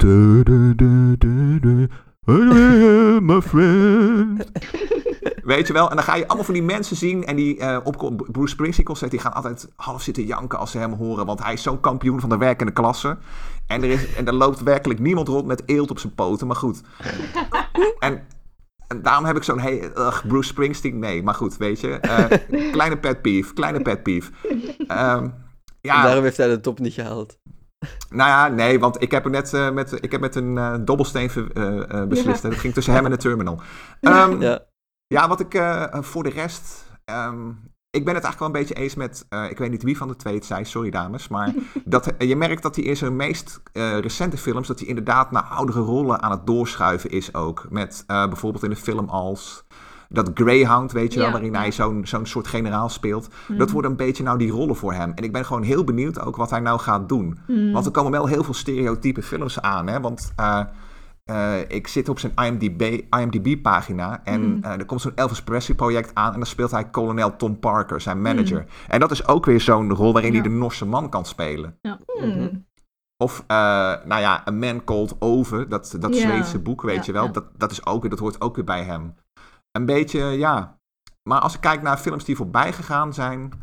My friend. Weet je wel? En dan ga je allemaal van die mensen zien. En die eh, op Bruce Springsteen concert, die gaan altijd half zitten janken als ze hem horen. Want hij is zo'n kampioen van de werkende klasse. En er, is, en er loopt werkelijk niemand rond met eelt op zijn poten. Maar goed. En... En daarom heb ik zo'n, hey, ugh, Bruce Springsteen, nee, maar goed, weet je. Uh, kleine pet peeve, kleine pet peeve. Um, En ja, daarom heeft hij de top niet gehaald. nou ja, nee, want ik heb er net uh, met, ik heb met een uh, dobbelsteen ver, uh, uh, beslist. Ja. Dat ging tussen hem en de terminal. Um, Ja. ja, wat ik uh, voor de rest... Um, ik ben het eigenlijk wel een beetje eens met... Uh, ik weet niet wie van de twee het zei, sorry dames. Maar dat, uh, je merkt dat hij in zijn meest uh, recente films... dat hij inderdaad naar oudere rollen aan het doorschuiven is ook. Met uh, bijvoorbeeld in een film als... dat Greyhound, weet je Ja, wel, waarin ja. hij zo'n, zo'n soort generaal speelt. Mm. Dat worden een beetje nou die rollen voor hem. En ik ben gewoon heel benieuwd ook wat hij nou gaat doen. Mm. Want er komen wel heel veel stereotype films aan, hè. Want... Uh, Uh, ik zit op zijn I M D B, I M D B-pagina en Mm. uh, er komt zo'n Elvis Presley-project aan en dan speelt hij kolonel Tom Parker, zijn manager. Mm. En dat is ook weer zo'n rol waarin Ja. hij de Norse man kan spelen. Ja. Hmm. Of, uh, nou ja, A Man Called Ove, dat, dat Ja. Zweedse boek, weet Ja, je wel. ja. Dat, dat, is ook, weer- dat hoort ook weer bij hem. een beetje, ja. Maar als ik kijk naar films die voorbij gegaan zijn...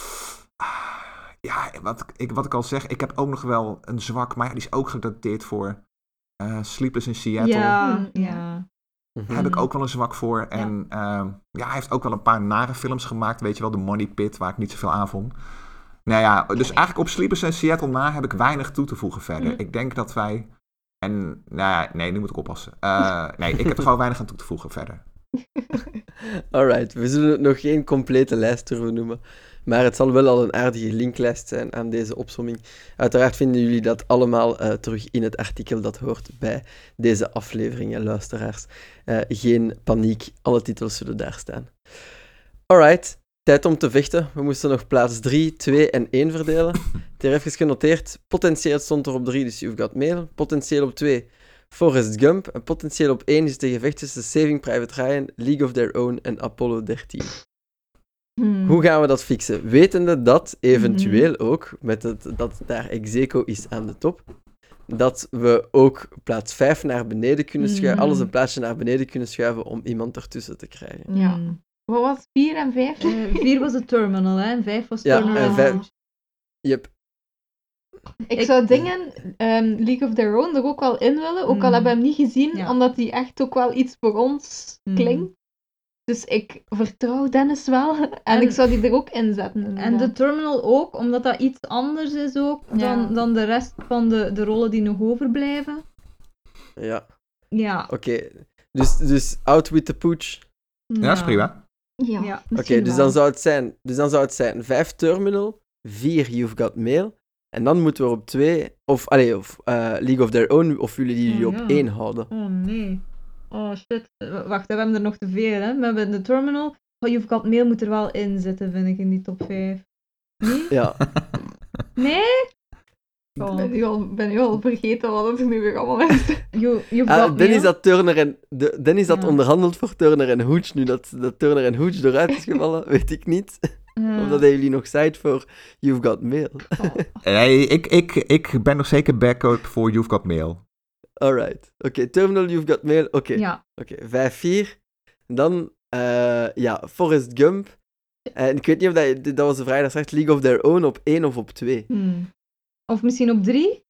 Ja, wat ik, wat ik al zeg, ik heb ook nog wel een zwak... Maar ja, die is ook gedateerd voor uh, Sleepless in Seattle. Ja, ja. Mhm. Heb ik ook wel een zwak voor. En ja. Uh, ja, hij heeft ook wel een paar nare films gemaakt. Weet je wel, The Money Pit, waar ik niet zoveel aan vond. Nou ja, dus eigenlijk op Sleepless in Seattle na heb ik weinig toe te voegen verder. Mm. Ik denk dat wij... En, nou ja, nee, nu moet ik oppassen. Uh, nee, ik heb er gewoon weinig aan toe te voegen verder. Alright, we zullen nog geen complete lijst durven noemen. Maar het zal wel al een aardige linklijst zijn aan deze opsomming. Uiteraard vinden jullie dat allemaal uh, terug in het artikel dat hoort bij deze afleveringen, luisteraars. Uh, geen paniek, alle titels zullen daar staan. Alright, tijd om te vechten. We moesten nog plaats drie, twee en één verdelen. Het heeft even genoteerd. Potentieel stond er op drie, dus You've Got Mail. Potentieel op twee, Forrest Gump. En potentieel op één is de gevecht tussen Saving Private Ryan, League of Their Own en Apollo dertien. Hmm. Hoe gaan we dat fixen? Wetende dat eventueel hmm. ook, met het, dat daar ex-aequo is aan de top, dat we ook plaats vijf naar beneden kunnen schuiven, hmm. alles een plaatsje naar beneden kunnen schuiven om iemand ertussen te krijgen. Ja. Wat was vier en vijf? Uh, vier was de Terminal, hè? En vijf was ja, Terminal. En vijf... Yep. Ik, ik zou dingen, um, League of Their Own, er ook wel in willen, ook mm. al hebben we hem niet gezien, ja. omdat die echt ook wel iets voor ons mm. klinkt. Dus ik vertrouw Dennis wel en, en ik zou die er ook in zetten. Inderdaad. En de Terminal ook, omdat dat iets anders is ook dan, ja. dan de rest van de, de rollen die nog overblijven. Ja. Ja. Oké, okay. dus, dus out with the pooch. Ja, dat is prima. Ja, ja Oké, okay, dus, dan zou het zijn, dus dan zou het zijn vijf Terminal, vier You've Got Mail, en dan moeten we op twee, of, allee, of uh, League of Their Own, of jullie die jullie oh, op ja. één houden. Oh nee. Oh shit. Wacht, we hebben er nog te veel, hè. We hebben de Terminal. Oh, You've Got Mail moet er wel in zitten, vind ik, in die top vijf. Nee? Ja. Nee? Oh. Ik ben nu, al, ben nu al vergeten wat het er nu weer allemaal is. You, you've ah, got Dennis mail? had, Turner en, de, Dennis had ja. onderhandeld voor Turner en Hooch. Nu dat, dat Turner en Hooch eruit is gevallen, weet ik niet. Ja. Of dat jullie nog zijn voor You've Got Mail. Oh. Nee, ik, ik, ik ben nog zeker backup voor You've Got Mail. Alright. Oké, okay, Terminal, You've Got Mail. Oké, okay. ja. okay, vijf vier. Dan, uh, ja, Forrest Gump. En ik weet niet of dat, dat was de vraag, dat zegt League of Their Own op één of op twee. Hmm. Of misschien op drie?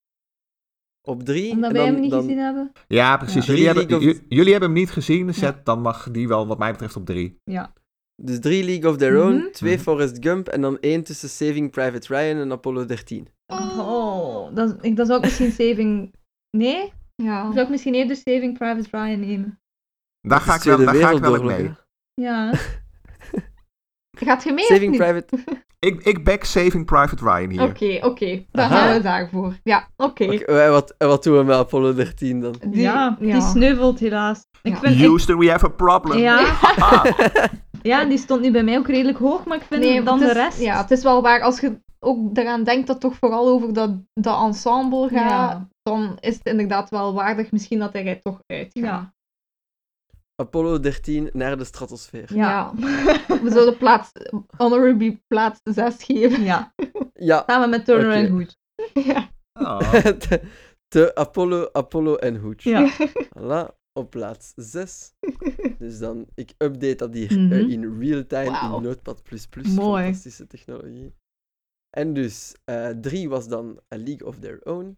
Op drie. Omdat wij dan, hem niet dan... gezien hebben. Ja, precies. Ja. Jullie, hebben, of... j- jullie hebben hem niet gezien, Zet, ja. dan mag die wel, wat mij betreft, op drie. Ja. Dus drie League of Their Own, mm-hmm. twee Forrest Gump en dan één tussen Saving Private Ryan en Apollo dertien. Oh, oh dat, ik, dat zou ik misschien Saving... Nee? Ja. Dan zou ik misschien eerder Saving Private Ryan nemen. Daar ga ik wel, daar ga ik wel mee. Ja. Gaat je mee Saving Private... ik, ik back Saving Private Ryan hier. Oké, okay, oké. Okay. Dan Aha. gaan we daarvoor. Ja, oké. Okay. Okay, wat, wat doen we met Apollo dertien dan? Die, ja, ja, die sneuvelt helaas. Ja. Ik vind, Houston, ik... we have a problem. Ja. Ja, die stond nu bij mij ook redelijk hoog, maar ik vind nee, dan is, de rest... Ja, het is wel waar, als je ook eraan denkt dat het toch vooral over dat, dat ensemble gaat, ja. dan is het inderdaad wel waardig misschien dat hij er toch uitgaat. Ja. Apollo dertien naar de stratosfeer. Ja. We zullen plaats, honorably plaats zes geven. Ja. Ja. Samen met Turner okay. en Hooch. Ja. Oh. de, de Apollo, Apollo en Hooch. Ja. Voilà. Op plaats zes. Dus dan, ik update dat hier mm-hmm. uh, in real time wow. in Notepad plus plus. Mooi. Fantastische technologie. En dus, uh, drie was dan A League of Their Own.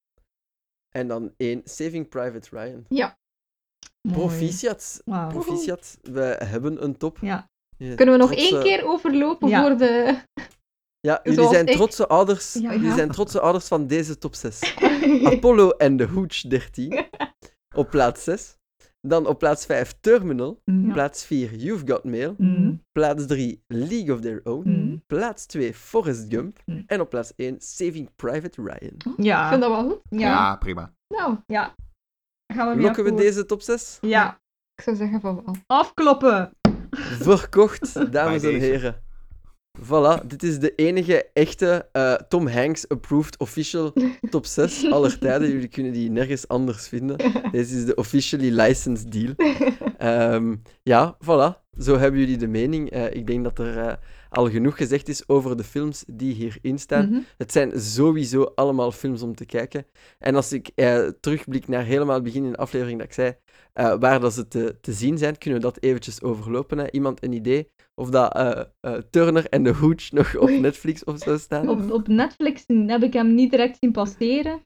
En dan één, Saving Private Ryan. Ja. Proficiat. Wow. Proficiat. We hebben een top. Ja. Je Kunnen we nog trotse... één keer overlopen ja. voor de... Ja, jullie zijn trotse ouders. Ja, jullie ja. zijn trotse ouders van deze top zes. Apollo en de Hooch dertien. Op plaats zes. Dan op plaats vijf Terminal. Ja. Plaats vier You've Got Mail. Mm. Plaats drie League of Their Own. Mm. Plaats twee Forrest Gump. Mm. En op plaats één Saving Private Ryan. Ja. Ik vind dat wel goed. Ja, ja prima. Nou, ja. Gaan we Lokken we deze top zes? Ja. Ik zou zeggen van wel. Afkloppen! Verkocht, dames en heren. Voilà, dit is de enige echte uh, Tom Hanks-approved official top zes aller tijden. Jullie kunnen die nergens anders vinden. Deze is de officially licensed deal. Um, ja, voilà. zo hebben jullie de mening. Uh, ik denk dat er uh, al genoeg gezegd is over de films die hierin staan. Mhm. Het zijn sowieso allemaal films om te kijken. En als ik uh, terugblik naar helemaal het begin in de aflevering dat ik zei, uh, waar dat ze te, te zien zijn, kunnen we dat eventjes overlopen. Hè? Iemand een idee of dat uh, uh, Turner en de Hooch nog op Oei. Netflix of zo staan? Op, op Netflix heb ik hem niet direct zien passeren.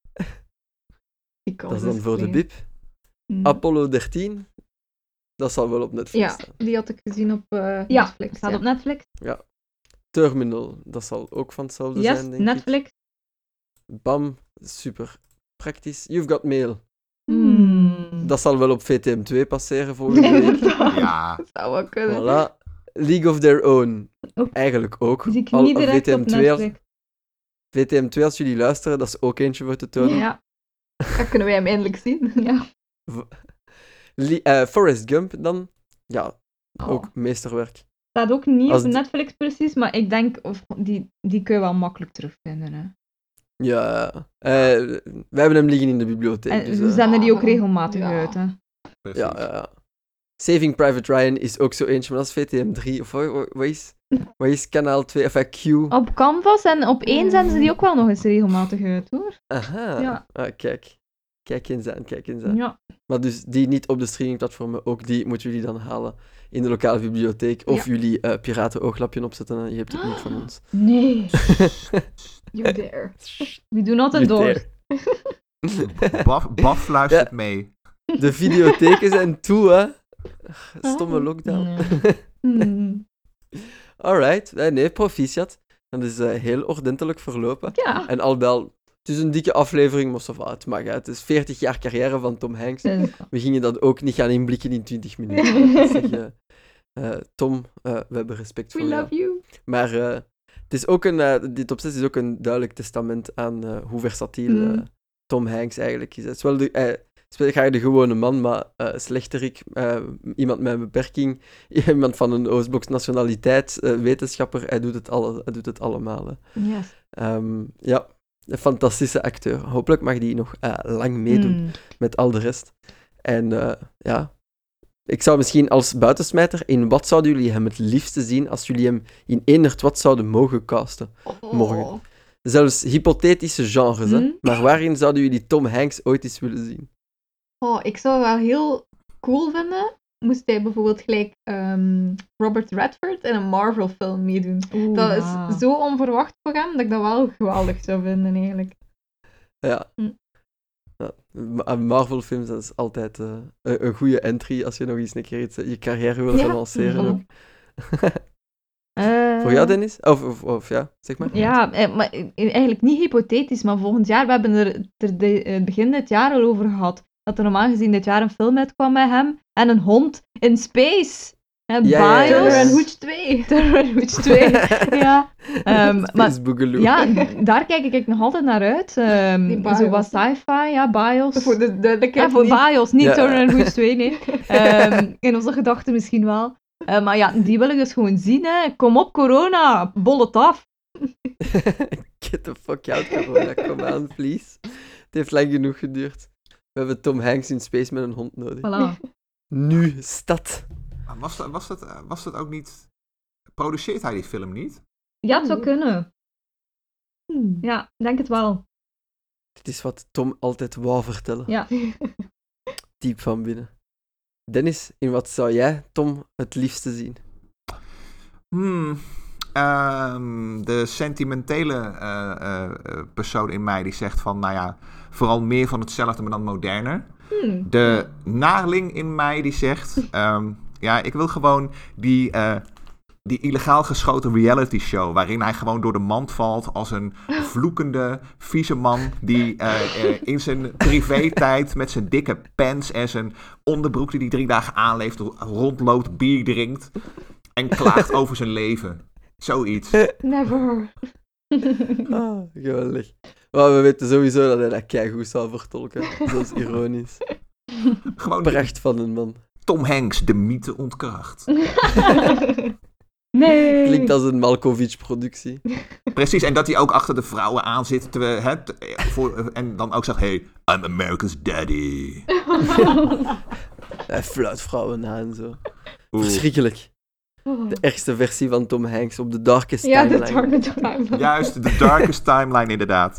Ik kan Dat is dan dus voor de niet. bib. Mm. Apollo dertien, dat zal wel op Netflix Ja, staan. die had ik gezien op uh, Ja, Netflix. staat ja. op Netflix. Terminal, dat zal ook van hetzelfde Yes, zijn, denk ik. Netflix. Bam, super praktisch. You've Got Mail. Hmm. Dat zal wel op V T M twee passeren volgende week. Inderdaad. Ja, Dat zou wel kunnen. Voilà. League of Their Own. Ook. Eigenlijk ook. Die zie ik Al- niet direct V T M op twee als, Netflix. V T M twee, als jullie luisteren, dat is ook eentje voor te tonen. Ja. Dan kunnen wij hem eindelijk zien. ja. Le- eh, Forrest Gump dan. Ja, Oh. ook meesterwerk. Staat ook niet Als op die- Netflix precies, maar ik denk, of, die, die kun je wel makkelijk terugvinden. Hè. Ja, eh, we hebben hem liggen in de bibliotheek. En dus, ze eh, zenden die ook Ah, regelmatig ja. uit. Hè. precies. ja, ja, ja. Saving Private Ryan is ook zo eentje, maar dat is V T M drie. Of wat, wat- wat is, wat is kanaal twee? Enfin, Q. Op Canvas en op één zenden ze die ook wel nog eens regelmatig uit, hoor. Aha. Ja. Ah, kijk. Kijk eens aan, kijk eens aan. Ja. Maar dus die niet op de streamingplatformen, ook die moeten jullie dan halen in de lokale bibliotheek. Of jullie uh, piraten-ooglapje opzetten en je hebt het niet van ons. Nee. You dare. We do not You endorse. dare. Baf, Baf luistert mee. De videotheken zijn toe, hè. Stomme lockdown. Nee. Hmm. Alright. Eh, nee, proficiat. Dat is uh, heel ordentelijk verlopen. Ja. En al wel, het is een dikke aflevering, maar ça va, het mag. Hè. Het is veertig jaar carrière van Tom Hanks. We gingen dat ook niet gaan inblikken in twintig minuten. Zeg, uh, uh, Tom, uh, we hebben respect We voor jou. love you. Maar uh, het is ook een, uh, dit op zich is ook een duidelijk testament aan uh, hoe versatiel uh, Mm. Tom Hanks eigenlijk is. Het is wel de, uh, speelt graag de gewone man, maar uh, slechterik, uh, iemand met een beperking, iemand van een Oostbloks nationaliteit, uh, wetenschapper, hij doet het, alle, hij doet het allemaal. Hè. Yes. Um, ja, een fantastische acteur. Hopelijk mag die nog uh, lang meedoen Hmm. met al de rest. En uh, ja, ik zou misschien als buitensmijter, in wat zouden jullie hem het liefste zien als jullie hem in eenderd wat zouden mogen casten? Oh. Morgen. Zelfs hypothetische genres, hè? Mhm. Maar waarin zouden jullie Tom Hanks ooit eens willen zien? Oh, ik zou het wel heel cool vinden, moest hij bijvoorbeeld gelijk ehm, Robert Redford in een Marvel-film meedoen. Oeh, Dat ja. is zo onverwacht voor hem, dat ik dat wel geweldig zou vinden, eigenlijk. Ja. Hm. Ja, Ma- Marvel-films, dat is altijd uh, een, een goede entry als je nog eens een keer iets, uh, je carrière wil Ja. gaan lanceren. Mhm. Ook. Eh, Voor jou, Dennis? Of, of, of ja, zeg maar. Ja, eh, maar eh, eigenlijk niet hypothetisch, maar volgend jaar, we hebben er, er de, eh, begin dit jaar al over gehad, dat er normaal gezien dit jaar een film uitkwam met hem en een hond in space. Hè, Ja, ja, ja, Turner ja. en Hooch twee. Turner and Hooch twee. Ja, ehm, maar Space Boogaloo. ja, daar kijk ik nog altijd naar uit. Ehm, Die Bios, zo wat hè? sci-fi, ja, Bios. Voor de duidelijkheid Ja, voor niet. Bios, niet Ja. Turner and Hooch twee, nee. Ehm, in onze gedachten misschien wel. Eh, maar ja, die wil ik dus gewoon zien, hè. Kom op, corona, bol het af. Get the fuck out, corona. Kom aan, please. Het heeft lang genoeg geduurd. We hebben Tom Hanks in space met een hond nodig. Voilà. Nu, stad. Maar Was dat, was, dat, eh, was dat ook niet... Produceert hij die film niet? Ja, het zou kunnen. Hmm. Ja, ik denk het wel. Dit is wat Tom altijd wou vertellen. Ja. Diep van binnen. Dennis, in wat zou jij Tom het liefste zien? Hmm. Ehm, de sentimentele eh, eh, eh, persoon in mij die zegt van, nou ja, vooral meer van hetzelfde, maar dan moderner. Hmm. De naarling in mij die zegt, ehm, ja, ik wil gewoon die, eh, die illegaal geschoten reality show, waarin hij gewoon door de mand valt als een vloekende, vieze man die eh, eh, in zijn privé-tijd met zijn dikke pants en zijn onderbroek die hij drie dagen aanleeft, rondloopt, bier drinkt en klaagt over zijn leven. Zoiets. Never. Ah, geweldig. Maar we weten sowieso dat hij dat keigoed zou vertolken. Dat is ironisch. Gewoon Pracht van een man. Tom Hanks, de mythe ontkracht. Nee. Klinkt als een Malkovich-productie. Precies, en dat hij ook achter de vrouwen aan zit. Terwijl, hè, t- voor, en dan ook zegt, hey, I'm America's daddy. Hij fluit vrouwen na en zo. Oeh. Verschrikkelijk. Oh. De ergste versie van Tom Hanks op de darkest Ja, de timeline. darkest timeline. Juist, de darkest timeline inderdaad.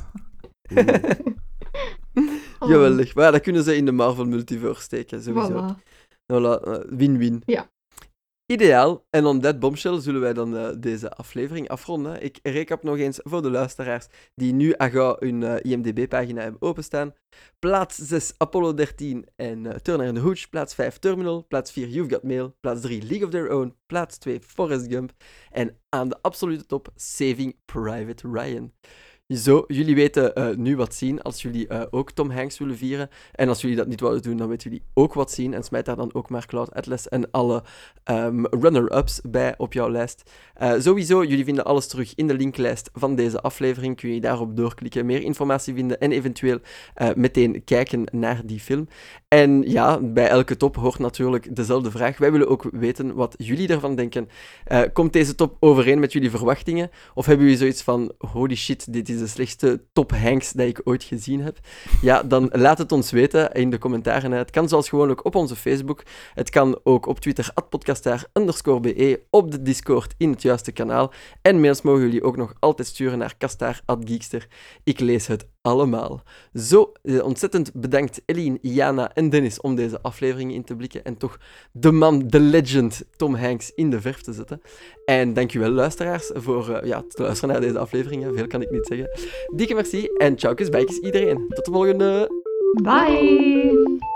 Oh. Geweldig. Maar ja, dat kunnen ze in de Marvel Multiverse steken, sowieso. Voilà. Voilà, uh, win-win. Ja. Ideaal. En on that bombshell zullen wij dan uh, deze aflevering afronden. Ik recap nog eens voor de luisteraars die nu agao hun uh, I M D B-pagina hebben openstaan. Plaats zes Apollo dertien en uh, Turner and the Hooch. Plaats vijf Terminal. Plaats vier You've Got Mail. Plaats drie League of Their Own. Plaats twee Forrest Gump. En aan de absolute top Saving Private Ryan. Zo, jullie weten uh, nu wat zien als jullie uh, ook Tom Hanks willen vieren. En als jullie dat niet willen doen, dan weten jullie ook wat zien. En smijt daar dan ook maar Cloud Atlas en alle um, runner-ups bij op jouw lijst. Uh, sowieso, jullie vinden alles terug in de linklijst van deze aflevering. Kun je daarop doorklikken, meer informatie vinden en eventueel uh, meteen kijken naar die film. En ja, bij elke top hoort natuurlijk dezelfde vraag. Wij willen ook weten wat jullie ervan denken. Uh, komt deze top overeen met jullie verwachtingen? Of hebben jullie zoiets van, holy shit, dit is de slechtste Top Hanks dat ik ooit gezien heb? Ja, dan laat het ons weten in de commentaren. Het kan zoals gewoonlijk op onze Facebook. Het kan ook op Twitter, at podcastaar underscore be, op de Discord in het juiste kanaal. En mails mogen jullie ook nog altijd sturen naar kastaar at geekster. Ik lees het allemaal. Zo, ontzettend bedankt Eline, Jana en Dennis om deze aflevering in te blikken en toch de man, de legend Tom Hanks in de verf te zetten. En dankjewel luisteraars voor uh, ja, te luisteren naar deze aflevering. Veel kan ik niet zeggen. Dikke merci en tjaukes, bijkes iedereen. Tot de volgende! Bye!